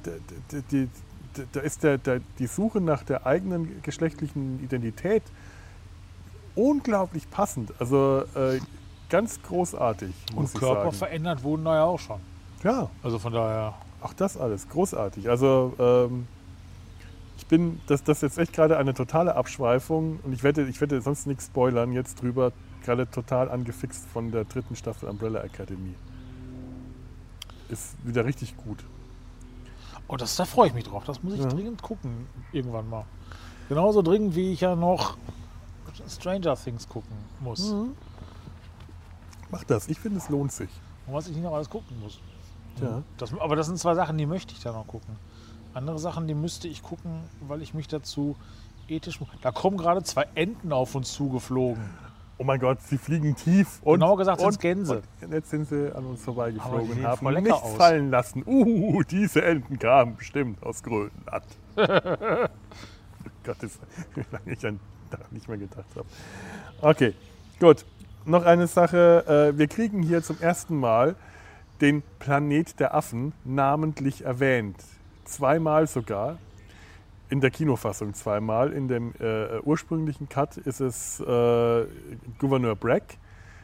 die Suche nach der eigenen geschlechtlichen Identität unglaublich passend. Also ganz großartig, muss Und ich Körper sagen. verändert wurden da ja auch schon. Ja, Also von daher. auch das alles, großartig. Also das ist jetzt echt gerade eine totale Abschweifung und ich werde sonst nichts spoilern jetzt drüber, gerade total angefixt von der 3. Staffel Umbrella Academy. Ist wieder richtig gut. Oh, da freue ich mich drauf. Das muss ich dringend gucken, irgendwann mal. Genauso dringend, wie ich ja noch Stranger Things gucken muss. Mach das, ich finde, es lohnt sich. Und was ich nicht noch alles gucken muss. Ja. Aber das sind 2 Sachen, die möchte ich da noch gucken. Andere Sachen, die müsste ich gucken, weil ich mich dazu ethisch... Da kommen gerade 2 Enten auf uns zugeflogen. Oh mein Gott, sie fliegen tief. Genauer gesagt sind es Gänse. Und jetzt sind sie an uns vorbeigeflogen Aber die und sehen haben voll lecker nichts aus. fallen lassen. Diese Enten kamen bestimmt aus Grönland. Gott, wie lange ich daran nicht mehr gedacht habe. Okay, gut. Noch eine Sache. Wir kriegen hier zum ersten Mal den Planet der Affen namentlich erwähnt. 2-mal sogar. In der Kinofassung 2-mal. In dem ursprünglichen Cut ist es Gouverneur Brack,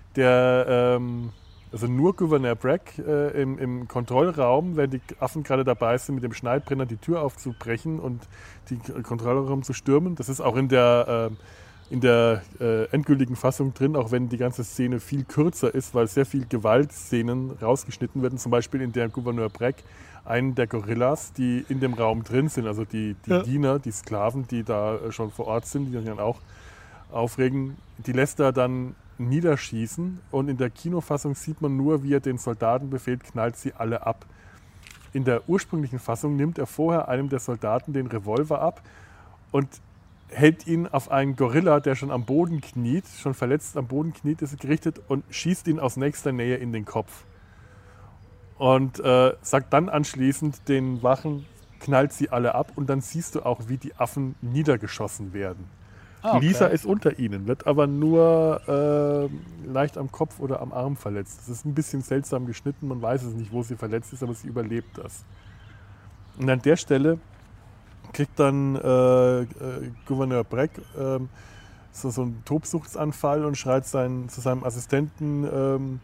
also nur Gouverneur Brack im Kontrollraum, wenn die Affen gerade dabei sind, mit dem Schneidbrenner die Tür aufzubrechen und die Kontrollraum zu stürmen. Das ist auch in der endgültigen Fassung drin, auch wenn die ganze Szene viel kürzer ist, weil sehr viel Gewaltszenen rausgeschnitten werden. Zum Beispiel in der Gouverneur Brack einen der Gorillas, die in dem Raum drin sind, also die Diener, die Sklaven, die da schon vor Ort sind, die sich dann auch aufregen, die lässt er dann niederschießen und in der Kinofassung sieht man nur, wie er den Soldaten befehlt, knallt sie alle ab. In der ursprünglichen Fassung nimmt er vorher einem der Soldaten den Revolver ab und hält ihn auf einen Gorilla, der schon am Boden kniet, schon verletzt am Boden kniet, ist gerichtet und schießt ihn aus nächster Nähe in den Kopf. Und sagt dann anschließend den Wachen, knallt sie alle ab und dann siehst du auch, wie die Affen niedergeschossen werden. Okay. Lisa ist unter ihnen, wird aber nur leicht am Kopf oder am Arm verletzt. Das ist ein bisschen seltsam geschnitten, man weiß es nicht, wo sie verletzt ist, aber sie überlebt das. Und an der Stelle kriegt dann Gouverneur Brack so einen Tobsuchtsanfall und schreit zu seinem Assistenten,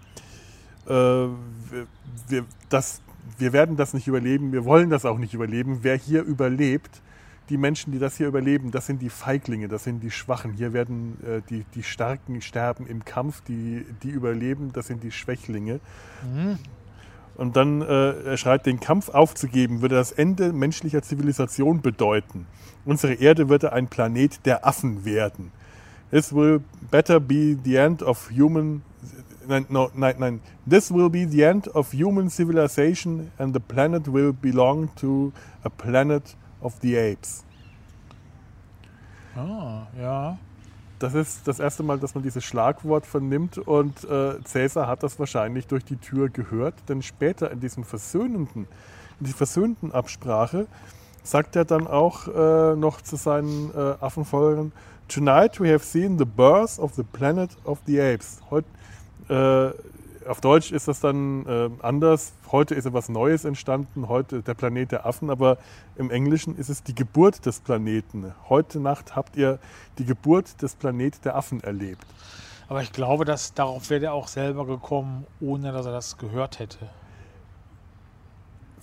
wir werden das nicht überleben, wir wollen das auch nicht überleben. Wer hier überlebt, die Menschen, die das hier überleben, das sind die Feiglinge, das sind die Schwachen. Hier werden die Starken sterben im Kampf, die überleben, das sind die Schwächlinge. Und dann er schreit, den Kampf aufzugeben, würde das Ende menschlicher Zivilisation bedeuten. Unsere Erde würde ein Planet der Affen werden. This will better be the end of human... Nein. This will be the end of human civilization and the planet will belong to a planet of the apes. Ah, ja. Das ist das erste Mal, dass man dieses Schlagwort vernimmt und Cäsar hat das wahrscheinlich durch die Tür gehört, denn später in dieser versöhnenden Absprache sagt er dann auch noch zu seinen Affenfollowern, Tonight we have seen the birth of the planet of the apes. Auf Deutsch ist das dann anders. Heute ist etwas Neues entstanden, heute der Planet der Affen, aber im Englischen ist es die Geburt des Planeten. Heute Nacht habt ihr die Geburt des Planet der Affen erlebt. Aber ich glaube, dass darauf wäre er auch selber gekommen, ohne dass er das gehört hätte.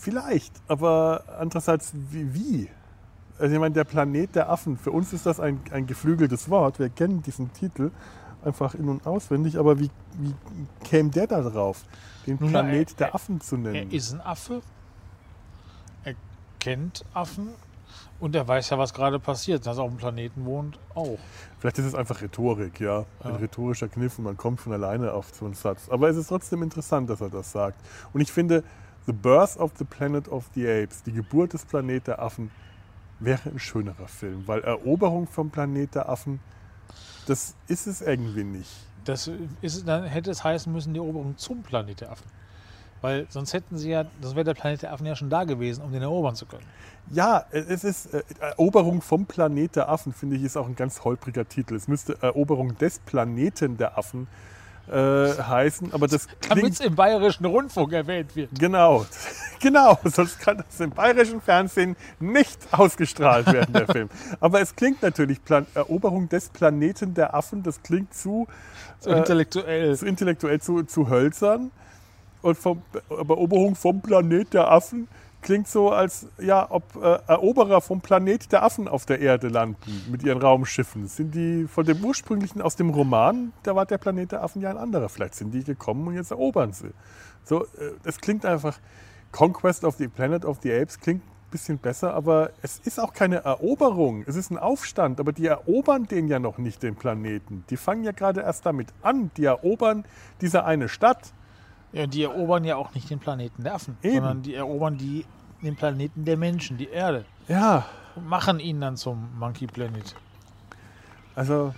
Vielleicht, aber andererseits wie? Also ich meine, der Planet der Affen, für uns ist das ein geflügeltes Wort, wir kennen diesen Titel einfach in- und auswendig, aber wie käme der da drauf, den Nun, Planet der Affen zu Er nennen? ist ein Affe. Er kennt Affen. Und er weiß ja, was gerade passiert. Dass er auf dem Planeten wohnt, auch. Vielleicht ist es einfach Rhetorik, ja, ein rhetorischer Kniff und man kommt von alleine auf so einen Satz. Aber es ist trotzdem interessant, dass er das sagt. Und ich finde, The Birth of the Planet of the Apes, die Geburt des Planet der Affen, wäre ein schönerer Film, weil Eroberung vom Planet der Affen, das ist es irgendwie nicht. Dann hätte es heißen müssen, die Eroberung zum Planet der Affen. Weil sonst wäre der Planet der Affen ja schon da gewesen, um den erobern zu können. Ja, es ist Eroberung vom Planet der Affen, finde ich, ist auch ein ganz holpriger Titel. Es müsste Eroberung des Planeten der Affen heißen, aber das Damit es im Bayerischen Rundfunk erwähnt wird. Genau, genau, sonst kann das im bayerischen Fernsehen nicht ausgestrahlt werden, der Film. Aber es klingt natürlich, Eroberung des Planeten der Affen, das klingt zu Intellektuell. zu hölzern. Und Eroberung vom Planet der Affen klingt so, als ja, ob Eroberer vom Planet der Affen auf der Erde landen mit ihren Raumschiffen. Sind die von dem ursprünglichen aus dem Roman, da war der Planet der Affen ja ein anderer. Vielleicht sind die gekommen und jetzt erobern sie. So, das klingt einfach, Conquest of the Planet of the Apes klingt ein bisschen besser, aber es ist auch keine Eroberung. Es ist ein Aufstand, aber die erobern den ja noch nicht, den Planeten. Die fangen ja gerade erst damit an. Die erobern diese eine Stadt. Ja, die erobern ja auch nicht den Planeten der Affen, Eben. sondern die erobern den Planeten der Menschen, die Erde. Ja, Und machen ihn dann zum Monkey Planet. also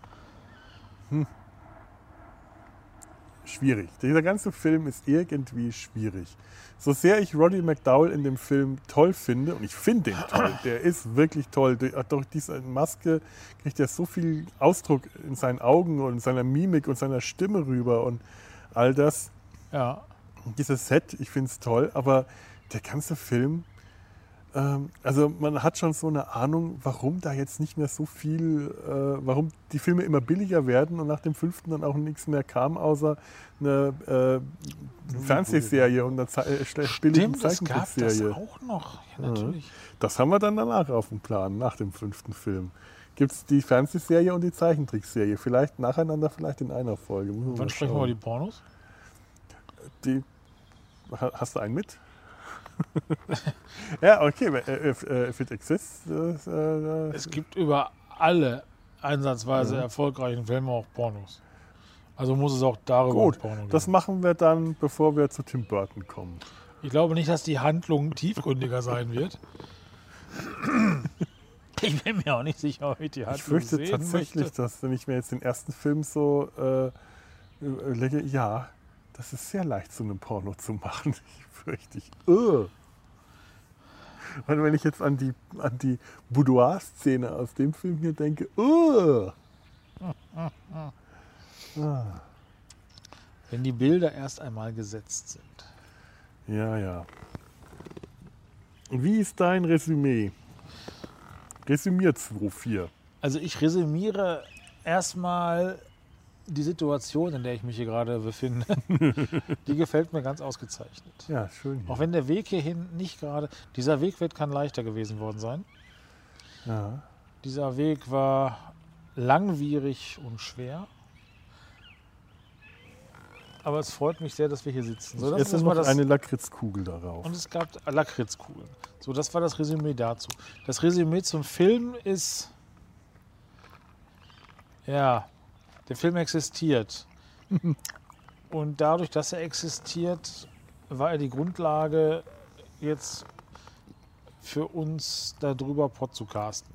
schwierig. Dieser ganze Film ist irgendwie schwierig. So sehr ich Roddy McDowall in dem Film toll finde, und ich finde ihn toll, der ist wirklich toll. Durch diese Maske kriegt er so viel Ausdruck in seinen Augen und in seiner Mimik und seiner Stimme rüber und all das. Ja. Dieses Set, ich finde es toll, aber der ganze Film, also man hat schon so eine Ahnung, warum da jetzt nicht mehr so viel, warum die Filme immer billiger werden und nach dem 5. dann auch nichts mehr kam, außer eine Fernsehserie und eine billige Stimmt, es gab das Zeichentrickserie. auch noch. Ja, natürlich. Das haben wir dann danach auf dem Plan, nach dem 5. Film. Gibt es die Fernsehserie und die Zeichentrickserie, vielleicht nacheinander, vielleicht in einer Folge. Wann sprechen wir über die Pornos? Hast du einen mit? Ja, okay, if it exists. Es gibt über alle einsatzweise erfolgreichen Filme auch Pornos. Also muss es auch darüber Gut, ein Porno geben. das machen wir dann, bevor wir zu Tim Burton kommen. Ich glaube nicht, dass die Handlung tiefgründiger sein wird. Ich bin mir auch nicht sicher, ob ich die Handlung Ich fürchte sehen tatsächlich, möchte. dass wenn ich mir jetzt den ersten Film so überlege, ja, das ist sehr leicht, so einen Porno zu machen. Ich fürchte. Und wenn ich jetzt an die Boudoir-Szene aus dem Film hier denke, Wenn die Bilder erst einmal gesetzt sind. Ja, ja. Wie ist dein Resümee? Resümier 2,4. Also ich resümiere erstmal die Situation, in der ich mich hier gerade befinde. Die gefällt mir ganz ausgezeichnet. Ja, schön. Hier. Auch wenn der Weg hierhin nicht gerade... Dieser Weg kann leichter gewesen worden sein. Ja. Dieser Weg war langwierig und schwer. Aber es freut mich sehr, dass wir hier sitzen. So, das Jetzt ist ist mal noch das, eine Lakritzkugel darauf. und es gab Lakritzkugeln. So, das war das Resümee dazu. Das Resümee zum Film ist... Ja, der Film existiert. Und dadurch, dass er existiert, war er die Grundlage jetzt für uns darüber podcasten.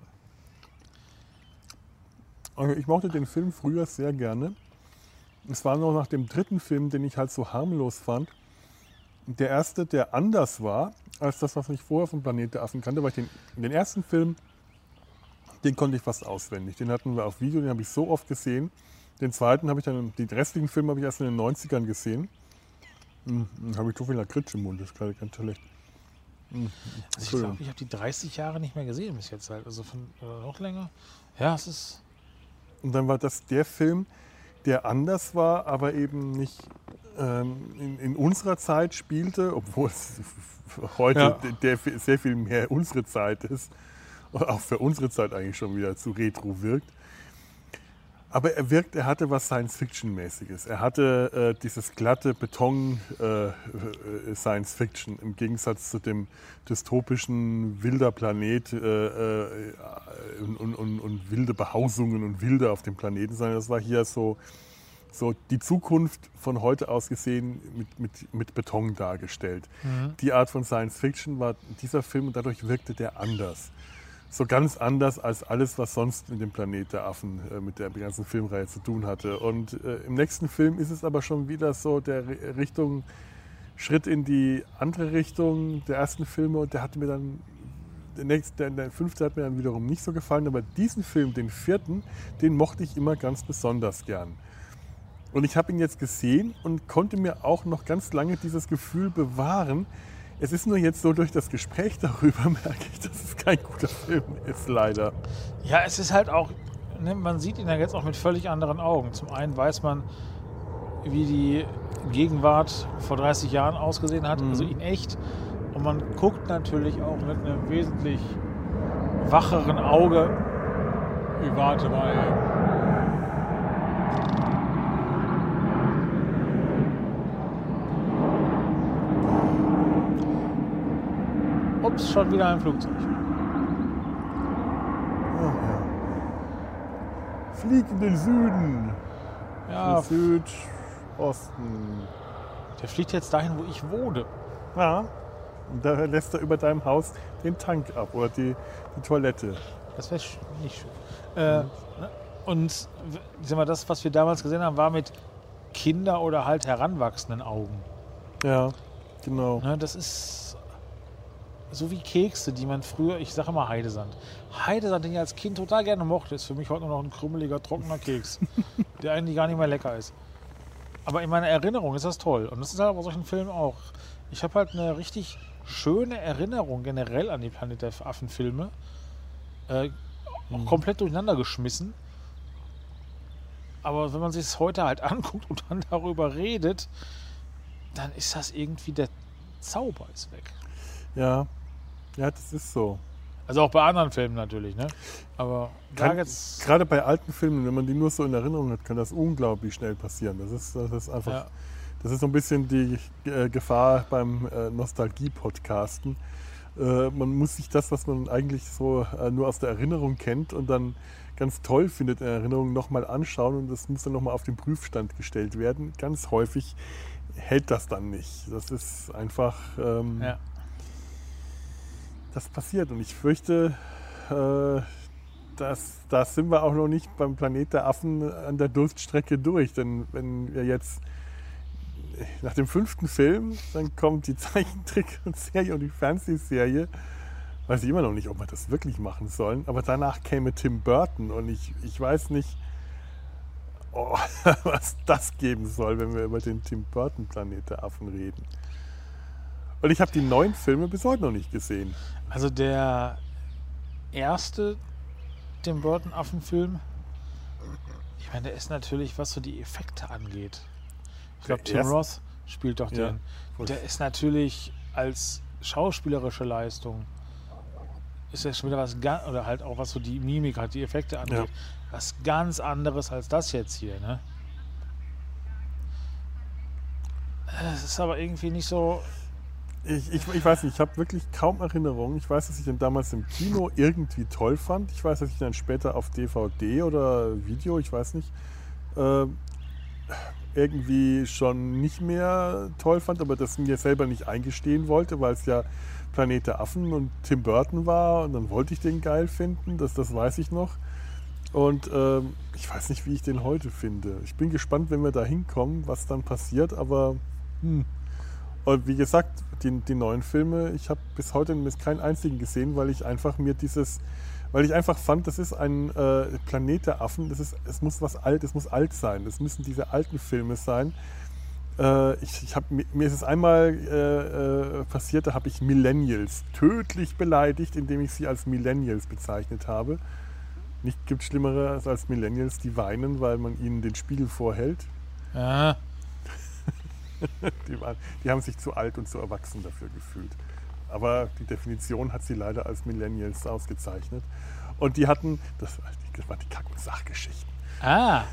Also ich mochte den Film früher sehr gerne. Es war noch nach dem 3. Film, den ich halt so harmlos fand. Der erste, der anders war als das, was ich vorher vom Planet der Affen kannte, weil ich den ersten Film, den konnte ich fast auswendig. Den hatten wir auf Video, den habe ich so oft gesehen. Den zweiten habe ich dann, die restlichen Filme habe ich erst in den 90ern gesehen. Dann habe ich so viel Lakritz im Mund, das ist gerade ganz schlecht. Also ich glaube, ich habe die 30 Jahre nicht mehr gesehen bis jetzt halt. Also noch länger. Ja, es ist... Und dann war das der Film, der anders war, aber eben nicht in unserer Zeit spielte, obwohl es heute der sehr viel mehr unsere Zeit ist, auch für unsere Zeit eigentlich schon wieder zu retro wirkt. Aber er hatte was Science-Fiction-mäßiges. Er hatte dieses glatte Beton-Science-Fiction im Gegensatz zu dem dystopischen wilder Planet und wilde Behausungen und Wilde auf dem Planeten, sondern das war hier so die Zukunft von heute aus gesehen mit Beton dargestellt. Die Art von Science-Fiction war dieser Film und dadurch wirkte der anders. So ganz anders als alles, was sonst mit dem Planet der Affen, mit der ganzen Filmreihe zu tun hatte. Und im nächsten Film ist es aber schon wieder so der Schritt in die andere Richtung der ersten Filme. Und der hatte mir dann, der fünfte hat mir dann wiederum nicht so gefallen. Aber diesen Film, den vierten, den mochte ich immer ganz besonders gern. Und ich habe ihn jetzt gesehen und konnte mir auch noch ganz lange dieses Gefühl bewahren. Es ist nur jetzt so, durch das Gespräch darüber merke ich, dass es kein guter Film ist, leider. Ja, es ist halt auch, ne, man sieht ihn ja jetzt auch mit völlig anderen Augen. Zum einen weiß man, wie die Gegenwart vor 30 Jahren ausgesehen hat, also in echt. Und man guckt natürlich auch mit einem wesentlich wacheren Auge. Warte mal. Ups, schon wieder ein Flugzeug. Oh, ja. Flieg in den Süden. Ja. Südosten. Der fliegt jetzt dahin, wo ich wohne. Ja. Und da lässt er über deinem Haus den Tank ab oder die Toilette. Das wäre nicht schön. Und ich sag mal, das, was wir damals gesehen haben, war mit Kinder- oder halt heranwachsenden Augen. Ja, genau. Ne, das ist so wie Kekse, die man früher, ich sage immer Heidesand. Heidesand, den ich als Kind total gerne mochte, ist für mich heute nur noch ein krümeliger, trockener Keks, der eigentlich gar nicht mehr lecker ist. Aber in meiner Erinnerung ist das toll. Und das ist halt bei solchen Filmen auch. Ich habe halt eine richtig schöne Erinnerung generell an die Planet der Affen-Filme. Auch komplett durcheinander geschmissen. Aber wenn man sich es heute halt anguckt und dann darüber redet, dann ist das irgendwie, der Zauber ist weg. Ja, das ist so. Also auch bei anderen Filmen natürlich, ne? Aber gerade bei alten Filmen, wenn man die nur so in Erinnerung hat, kann das unglaublich schnell passieren. Das ist einfach, ja. Das ist so ein bisschen die Gefahr beim Nostalgie-Podcasten. Man muss sich das, was man eigentlich so nur aus der Erinnerung kennt und dann ganz toll findet in Erinnerung, nochmal anschauen und das muss dann nochmal auf den Prüfstand gestellt werden. Ganz häufig hält das dann nicht. Das ist einfach... Das passiert und ich fürchte, da sind wir auch noch nicht beim Planet der Affen an der Durststrecke durch. Denn wenn wir jetzt nach dem 5. Film, dann kommt die Zeichentrickserie und die Fernsehserie. Weiß ich immer noch nicht, ob wir das wirklich machen sollen. Aber danach käme Tim Burton und ich weiß nicht, was das geben soll, wenn wir über den Tim Burton Planet der Affen reden. Und ich habe die neuen Filme bis heute noch nicht gesehen. Also der erste Tim Burton Affenfilm, ich meine, der ist natürlich, was so die Effekte angeht. Ich glaube, Tim Roth spielt doch den. Ja. Der ist natürlich als schauspielerische Leistung, ist das schon wieder was ganz, oder halt auch was so die Mimik hat, die Effekte angeht, was ganz anderes als das jetzt hier, ne? Das ist aber irgendwie nicht so... Ich weiß nicht, ich habe wirklich kaum Erinnerungen. Ich weiß, dass ich den damals im Kino irgendwie toll fand. Ich weiß, dass ich den dann später auf DVD oder Video, ich weiß nicht, irgendwie schon nicht mehr toll fand, aber das mir selber nicht eingestehen wollte, weil es ja Planet der Affen und Tim Burton war und dann wollte ich den geil finden, das weiß ich noch. Und ich weiß nicht, wie ich den heute finde. Ich bin gespannt, wenn wir da hinkommen, was dann passiert, aber Und wie gesagt, die neuen Filme, ich habe bis heute keinen einzigen gesehen, weil ich einfach fand, das ist ein Planet der Affen, es muss alt sein, es müssen diese alten Filme sein. Mir ist es einmal passiert, da habe ich Millennials tödlich beleidigt, indem ich sie als Millennials bezeichnet habe. Gibt Schlimmeres als Millennials, die weinen, weil man ihnen den Spiegel vorhält. Ja. Die haben sich zu alt und zu erwachsen dafür gefühlt. Aber die Definition hat sie leider als Millennials ausgezeichnet. Und die hatten, das waren die Kack- und Sachgeschichten. Ah.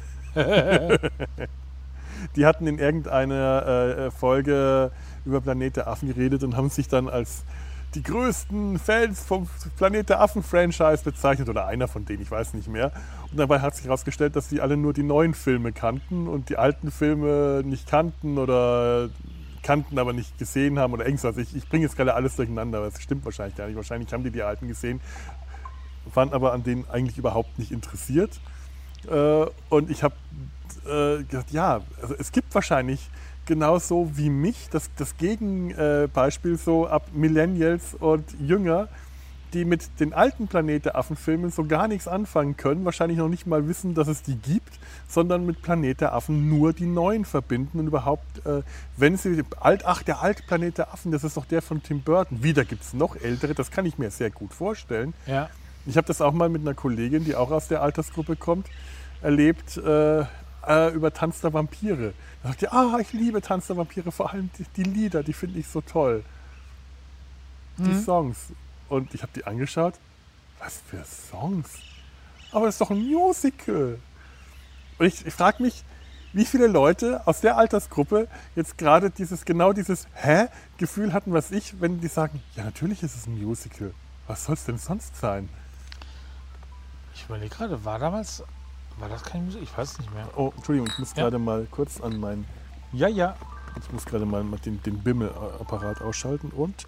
Die hatten in irgendeiner Folge über Planet der Affen geredet und haben sich dann als die größten Fans vom Planet der Affen-Franchise bezeichnet. Oder einer von denen, ich weiß nicht mehr. Und dabei hat sich herausgestellt, dass sie alle nur die neuen Filme kannten und die alten Filme nicht kannten oder kannten, aber nicht gesehen haben oder irgendwas. Ich bringe jetzt gerade alles durcheinander, aber es stimmt wahrscheinlich gar nicht. Wahrscheinlich haben die alten gesehen, waren aber an denen eigentlich überhaupt nicht interessiert. Und ich habe gedacht, ja, also es gibt wahrscheinlich genauso wie mich das Gegenbeispiel so ab Millennials und Jünger, die mit den alten Planet der Affen-Filmen so gar nichts anfangen können, wahrscheinlich noch nicht mal wissen, dass es die gibt, sondern mit Planet der Affen nur die neuen verbinden und überhaupt, wenn sie, der alte Planet der Affen, das ist doch der von Tim Burton, wieder gibt es noch ältere, das kann ich mir sehr gut vorstellen. Ja. Ich habe das auch mal mit einer Kollegin, die auch aus der Altersgruppe kommt, erlebt, über Tanz der Vampire. Da sagt ihr, ich liebe Tanz der Vampire, vor allem die Lieder, die finde ich so toll. Die Songs. Und ich habe die angeschaut, was für Songs? Aber das ist doch ein Musical. Und ich frage mich, wie viele Leute aus der Altersgruppe jetzt gerade dieses Gefühl hatten, was ich, wenn die sagen, ja natürlich ist es ein Musical. Was soll es denn sonst sein? Ich überlege gerade, war das kein Musik? Ich weiß es nicht mehr. Oh, Entschuldigung, ich muss gerade mal kurz an meinen... Ja. Ich muss gerade mal den Bimmel-Apparat ausschalten und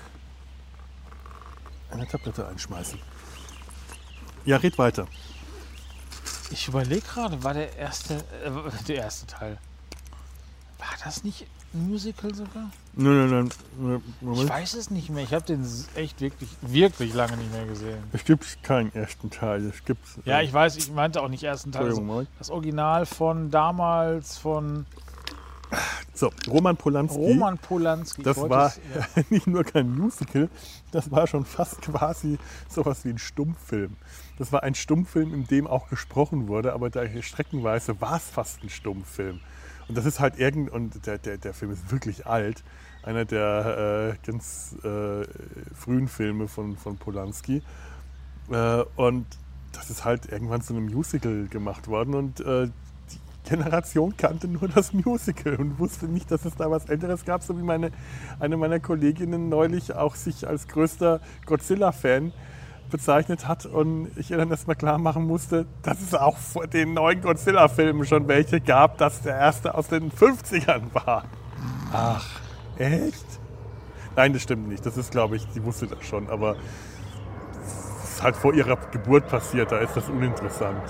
eine Tablette einschmeißen. Ja, red weiter. Ich überlege gerade, war der erste Teil. War das nicht ein Musical sogar? Nein. Moment. Ich weiß es nicht mehr. Ich habe den echt wirklich lange nicht mehr gesehen. Es gibt keinen ersten Teil. Es gibt, Ja, ich weiß, ich meinte auch nicht ersten Teil. Also das Original von damals von So, Roman Polanski. Das war nicht nur kein Musical, das war schon fast quasi sowas wie ein Stummfilm. Das war ein Stummfilm, in dem auch gesprochen wurde, aber streckenweise war es fast ein Stummfilm. Und das ist halt der Film ist wirklich alt. Einer der ganz frühen Filme von Polanski. Und das ist halt irgendwann zu einem Musical gemacht worden und die Generation kannte nur das Musical und wusste nicht, dass es da was Älteres gab, so wie eine meiner Kolleginnen neulich auch sich als größter Godzilla-Fan bezeichnet hat und ich ihr dann erstmal klar machen musste, dass es auch vor den neuen Godzilla-Filmen schon welche gab, dass der erste aus den 50ern war. Ach, echt? Nein, das stimmt nicht. Das ist, glaube ich, die wusste das schon, aber es ist halt vor ihrer Geburt passiert, da ist das uninteressant.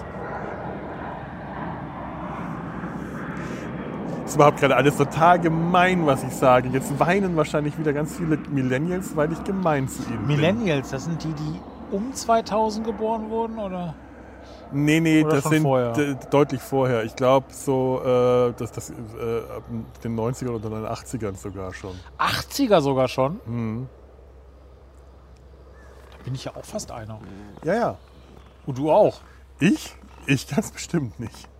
Das ist überhaupt gerade alles total gemein, was ich sage. Jetzt weinen wahrscheinlich wieder ganz viele Millennials, weil ich gemein zu ihnen bin. Millennials, das sind die um 2000 geboren wurden, oder? Nee, oder das sind vorher? Deutlich vorher. Ich glaube so, dass das ab den 90ern oder den 80ern sogar schon. 80er sogar schon? Mhm. Da bin ich ja auch fast einer. Ja. Und du auch? Ich? Ich ganz bestimmt nicht.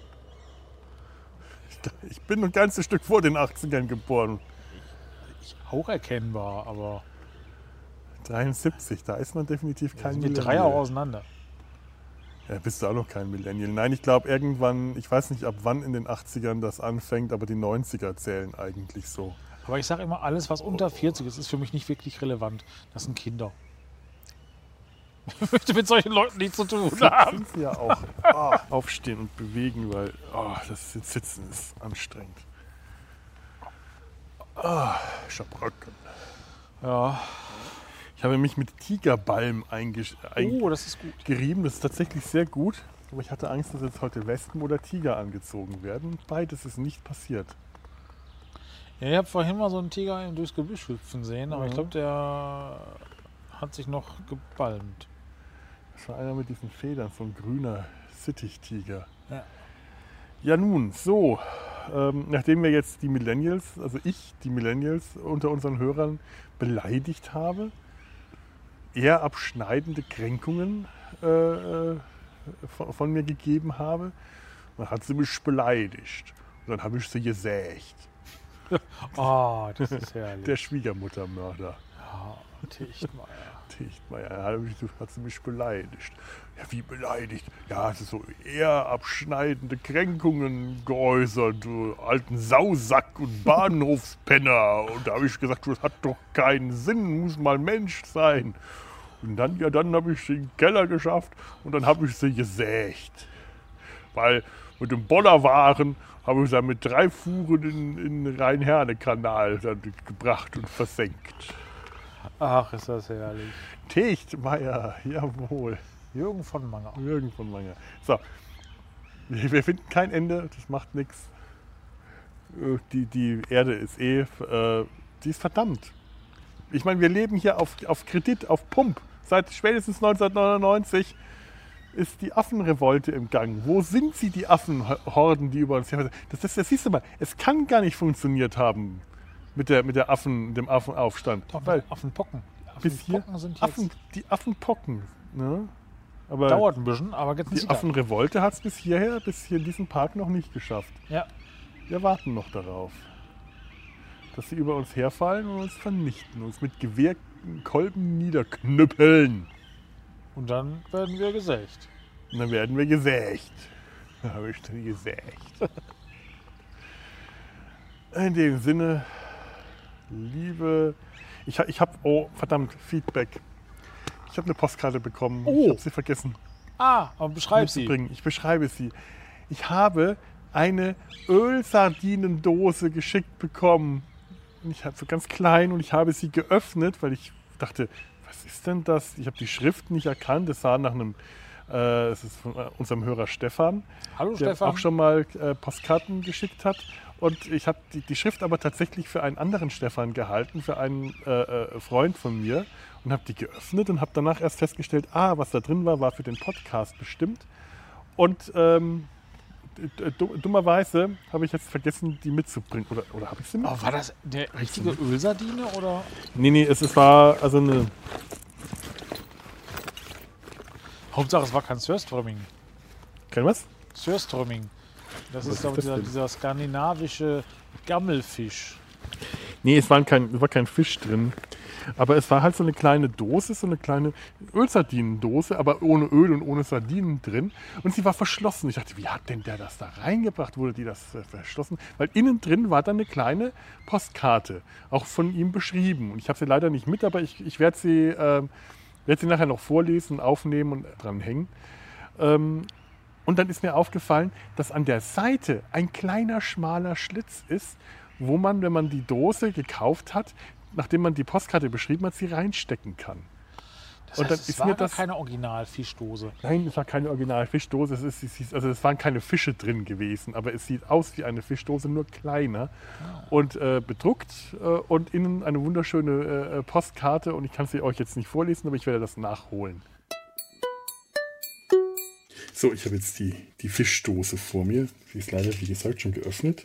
Ich bin ein ganzes Stück vor den 80ern geboren. Ich auch erkennbar, aber 73, da ist man definitiv kein sind wir Millennial. 3 Jahre auseinander. Ja, bist du auch noch kein Millennial. Nein, ich glaube irgendwann, ich weiß nicht ab wann in den 80ern das anfängt, aber die 90er zählen eigentlich so. Aber ich sage immer, alles was unter 40 ist, ist für mich nicht wirklich relevant. Das sind Kinder. Ich möchte mit solchen Leuten nichts zu tun haben. Sind sie ja auch. Aufstehen und bewegen, weil das Sitzen ist anstrengend. Ich hab Rücken. Ja. Ich habe mich mit Tigerbalm Das ist gut. gerieben. Das ist tatsächlich sehr gut. Aber ich hatte Angst, dass jetzt heute Wespen oder Tiger angezogen werden. Beides ist nicht passiert. Ja, ich habe vorhin mal so einen Tiger durchs Gebüsch hüpfen sehen, aber ich glaube, der hat sich noch gebalmt. Das war einer mit diesen Federn, so ein grüner Sittichtiger. Ja. Ja nun, so, nachdem wir jetzt die Millennials, also ich die Millennials unter unseren Hörern beleidigt habe, eher abschneidende Kränkungen von mir gegeben habe. Und dann hat sie mich beleidigt. Und dann habe ich sie gesägt. Oh, das ist herrlich. Der Schwiegermuttermörder. Ja, Tichtmeier. Tichtmeier, hat sie mich beleidigt. Ja, wie beleidigt? Ja, es ist so eher abschneidende Kränkungen geäußert, du alten Sausack und Bahnhofspenner. Und da habe ich gesagt, das hat doch keinen Sinn, muss mal Mensch sein. Und dann habe ich sie in den Keller geschafft und dann habe ich sie gesägt. Weil mit dem Bollerwaren habe ich sie mit 3 Fuhren in den Rhein-Herne-Kanal gebracht und versenkt. Ach, ist das herrlich. Tichtmeier, jawohl. Jürgen von Manger. Jürgen von Manger. So, wir finden kein Ende, das macht nichts. Die Erde ist die ist verdammt. Ich meine, wir leben hier auf Kredit, auf Pump. Seit spätestens 1999 ist die Affenrevolte im Gang. Wo sind sie, die Affenhorden, die über uns her? Das siehst du mal, es kann gar nicht funktioniert haben mit dem Affenaufstand. Doch, weil Affenpocken. bis hier sind die Affenpocken. Ne? Aber dauert ein bisschen, aber geht's nicht. die Affenrevolte hat es bis hier in diesen Park noch nicht geschafft. Ja. Wir warten noch darauf, dass sie über uns herfallen und uns vernichten, uns mit Gewehrkolben niederknüppeln. Und dann werden wir gesägt. Und dann werden wir gesägt. Da habe ich dann gesägt. In dem Sinne, ich habe, oh verdammt, Feedback. Ich habe eine Postkarte bekommen. Oh. Ich habe sie vergessen. Aber beschreib sie. mitzubringen. Ich beschreibe sie. Ich habe eine Ölsardinendose geschickt bekommen. Und ich hatte so ganz klein und ich habe sie geöffnet, weil ich dachte, was ist denn das? Ich habe die Schrift nicht erkannt. Es sah nach einem, es ist von unserem Hörer Stefan, Hallo der Stefan. auch schon mal Postkarten geschickt hat. Und ich habe die Schrift aber tatsächlich für einen anderen Stefan gehalten, für einen Freund von mir. Und habe die geöffnet und habe danach erst festgestellt, was da drin war für den Podcast bestimmt. Und dummerweise habe ich jetzt vergessen, die mitzubringen. Oder habe ich sie mit? War das der richtige Ölsardine oder? Nee, es war also eine... Hauptsache es war kein Surströmming. Kein was? Surströmming. Das ist, glaube ich, das denn? dieser skandinavische Gammelfisch. Nee, es war kein Fisch drin. Aber es war halt so eine kleine Dose, so eine kleine Ölsardinendose, aber ohne Öl und ohne Sardinen drin. Und sie war verschlossen. Ich dachte, wie hat denn der das da reingebracht? Wurde die das verschlossen? Weil innen drin war dann eine kleine Postkarte, auch von ihm beschrieben. Und ich habe sie leider nicht mit, aber ich werde sie nachher noch vorlesen, aufnehmen und dranhängen. Und dann ist mir aufgefallen, dass an der Seite ein kleiner, schmaler Schlitz ist, wo man, wenn man die Dose gekauft hat, nachdem man die Postkarte beschrieben hat, sie reinstecken kann. Das Und heißt, dann es ist war mir gar keine Originalfischdose. Nein, es war keine Originalfischdose. Es waren keine Fische drin gewesen, aber es sieht aus wie eine Fischdose, nur kleiner und bedruckt und innen eine wunderschöne Postkarte. Und ich kann sie euch jetzt nicht vorlesen, aber ich werde das nachholen. So, ich habe jetzt die Fischdose vor mir. Sie ist leider, wie gesagt, schon geöffnet.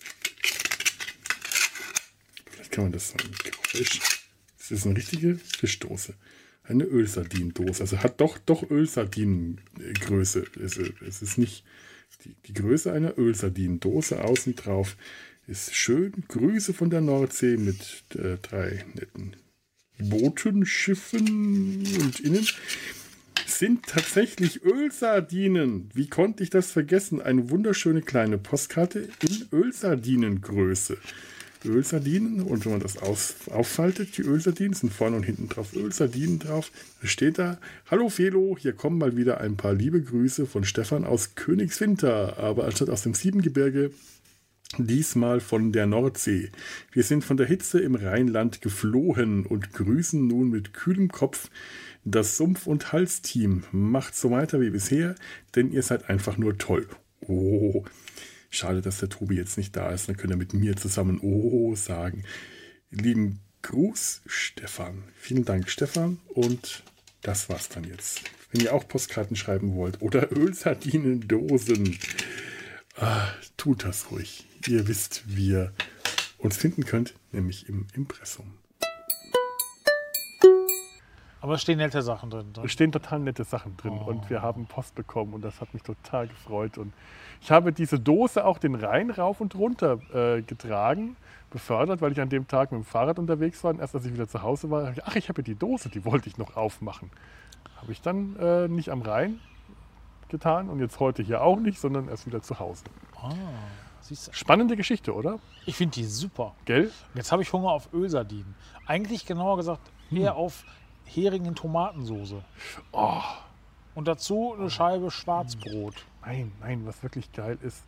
Vielleicht kann man das sagen. Das ist eine richtige Fischdose. Eine Ölsardinendose. Also hat doch Ölsardinengröße. Es ist nicht die Größe einer Ölsardinendose. Außen drauf ist schön Grüße von der Nordsee mit 3 netten Bootenschiffen. Und innen sind tatsächlich Ölsardinen. Wie konnte ich das vergessen? Eine wunderschöne kleine Postkarte in Ölsardinengröße. Ölsardinen, und wenn man das auffaltet, die Ölsardinen sind vorne und hinten drauf Ölsardinen drauf. Da steht da: Hallo Felo, hier kommen mal wieder ein paar liebe Grüße von Stefan aus Königswinter, aber anstatt aus dem Siebengebirge, diesmal von der Nordsee. Wir sind von der Hitze im Rheinland geflohen und grüßen nun mit kühlem Kopf das Sumpf- und Hals-Team. Macht so weiter wie bisher, denn ihr seid einfach nur toll. Oh, schade, dass der Tobi jetzt nicht da ist. Dann könnt ihr mit mir zusammen sagen. Lieben Gruß, Stefan. Vielen Dank, Stefan. Und das war's dann jetzt. Wenn ihr auch Postkarten schreiben wollt oder Ölsardinendosen, tut das ruhig. Ihr wisst, wie ihr uns finden könnt, nämlich im Impressum. Aber es stehen nette Sachen drin. Es stehen total nette Sachen drin und wir haben Post bekommen und das hat mich total gefreut. Und ich habe diese Dose auch den Rhein rauf und runter getragen, befördert, weil ich an dem Tag mit dem Fahrrad unterwegs war. Und erst als ich wieder zu Hause war, ich habe ja die Dose, die wollte ich noch aufmachen. Habe ich dann nicht am Rhein getan und jetzt heute hier auch nicht, sondern erst wieder zu Hause. Siehst du? Spannende Geschichte, oder? Ich finde die super. Gell? Und jetzt habe ich Hunger auf Ölsardinen. Eigentlich genauer gesagt eher auf Hering in Tomatensoße. Oh, Und dazu eine Scheibe Schwarzbrot. nein, was wirklich geil ist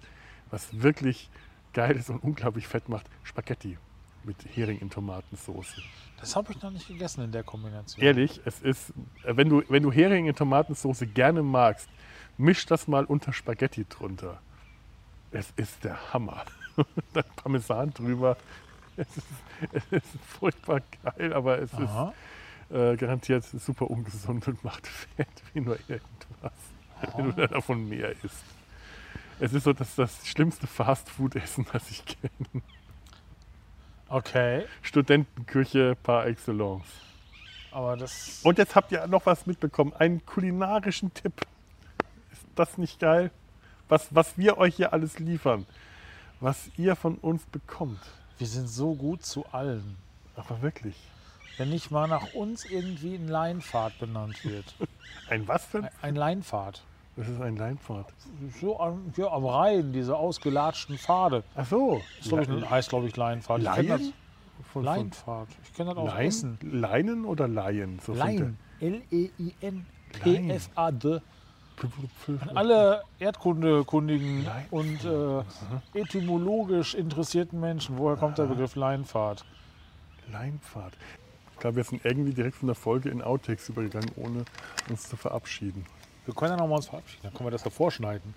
und unglaublich fett macht, Spaghetti mit Hering in Tomatensoße. Das habe ich noch nicht gegessen in der Kombination. Ehrlich, es ist, wenn du Hering in Tomatensoße gerne magst, misch das mal unter Spaghetti drunter. Es ist der Hammer. Dann Parmesan drüber. Es ist furchtbar geil, aber es ist garantiert super ungesund und macht fett wie nur irgendwas, wenn du davon mehr isst. Es ist so das schlimmste Fastfood-Essen, das ich kenne. Okay. Studentenküche par excellence. Aber das. Und jetzt habt ihr noch was mitbekommen, einen kulinarischen Tipp. Ist das nicht geil? Was wir euch hier alles liefern, was ihr von uns bekommt. Wir sind so gut zu allen. Aber wirklich. Wenn nicht mal nach uns irgendwie ein Leinpfad benannt wird. Ein was für Ein Leinpfad. Das ist ein Leinpfad. So hier am Rhein, diese ausgelatschten Pfade. Ach so. Heißt, glaube ich, Leinpfad. Ich kenn Laien? das. Leinpfad. Ich kenne das aus Lein? Essen. Leinen oder Laien? So Lein. L-E-I-N. P-F-A-D. An Alle Erdkundekundigen Lein. und etymologisch interessierten Menschen, woher kommt der Begriff Leinpfad? Leinpfad. Ich glaube, wir sind irgendwie direkt von der Folge in Outtakes übergegangen, ohne uns zu verabschieden. Wir können ja noch mal uns verabschieden, dann können wir das hervorschneiden.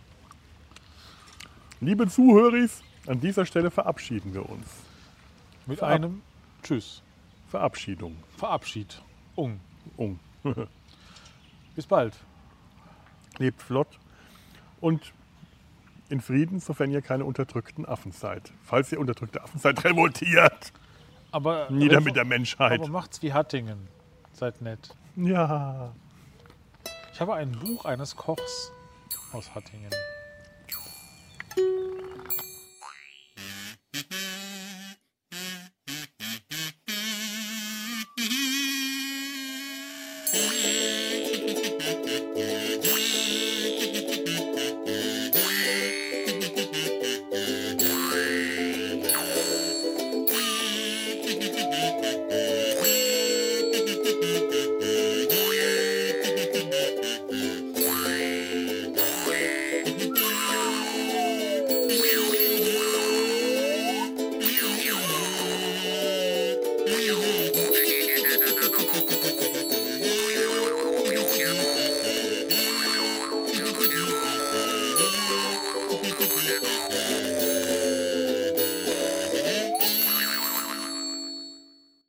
Liebe Zuhörer, an dieser Stelle verabschieden wir uns. Mit einem Tschüss. Verabschiedung. Verabschied. Bis bald. Lebt flott und in Frieden, sofern ihr keine unterdrückten Affen seid. Falls ihr unterdrückte Affen seid, revoltiert. Aber Nieder mit der Menschheit. Aber macht's wie Hattingen. Seid nett. Ja. Ich habe ein Buch eines Kochs aus Hattingen.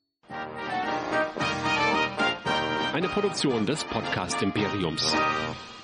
Eine Produktion des Podcast Imperiums.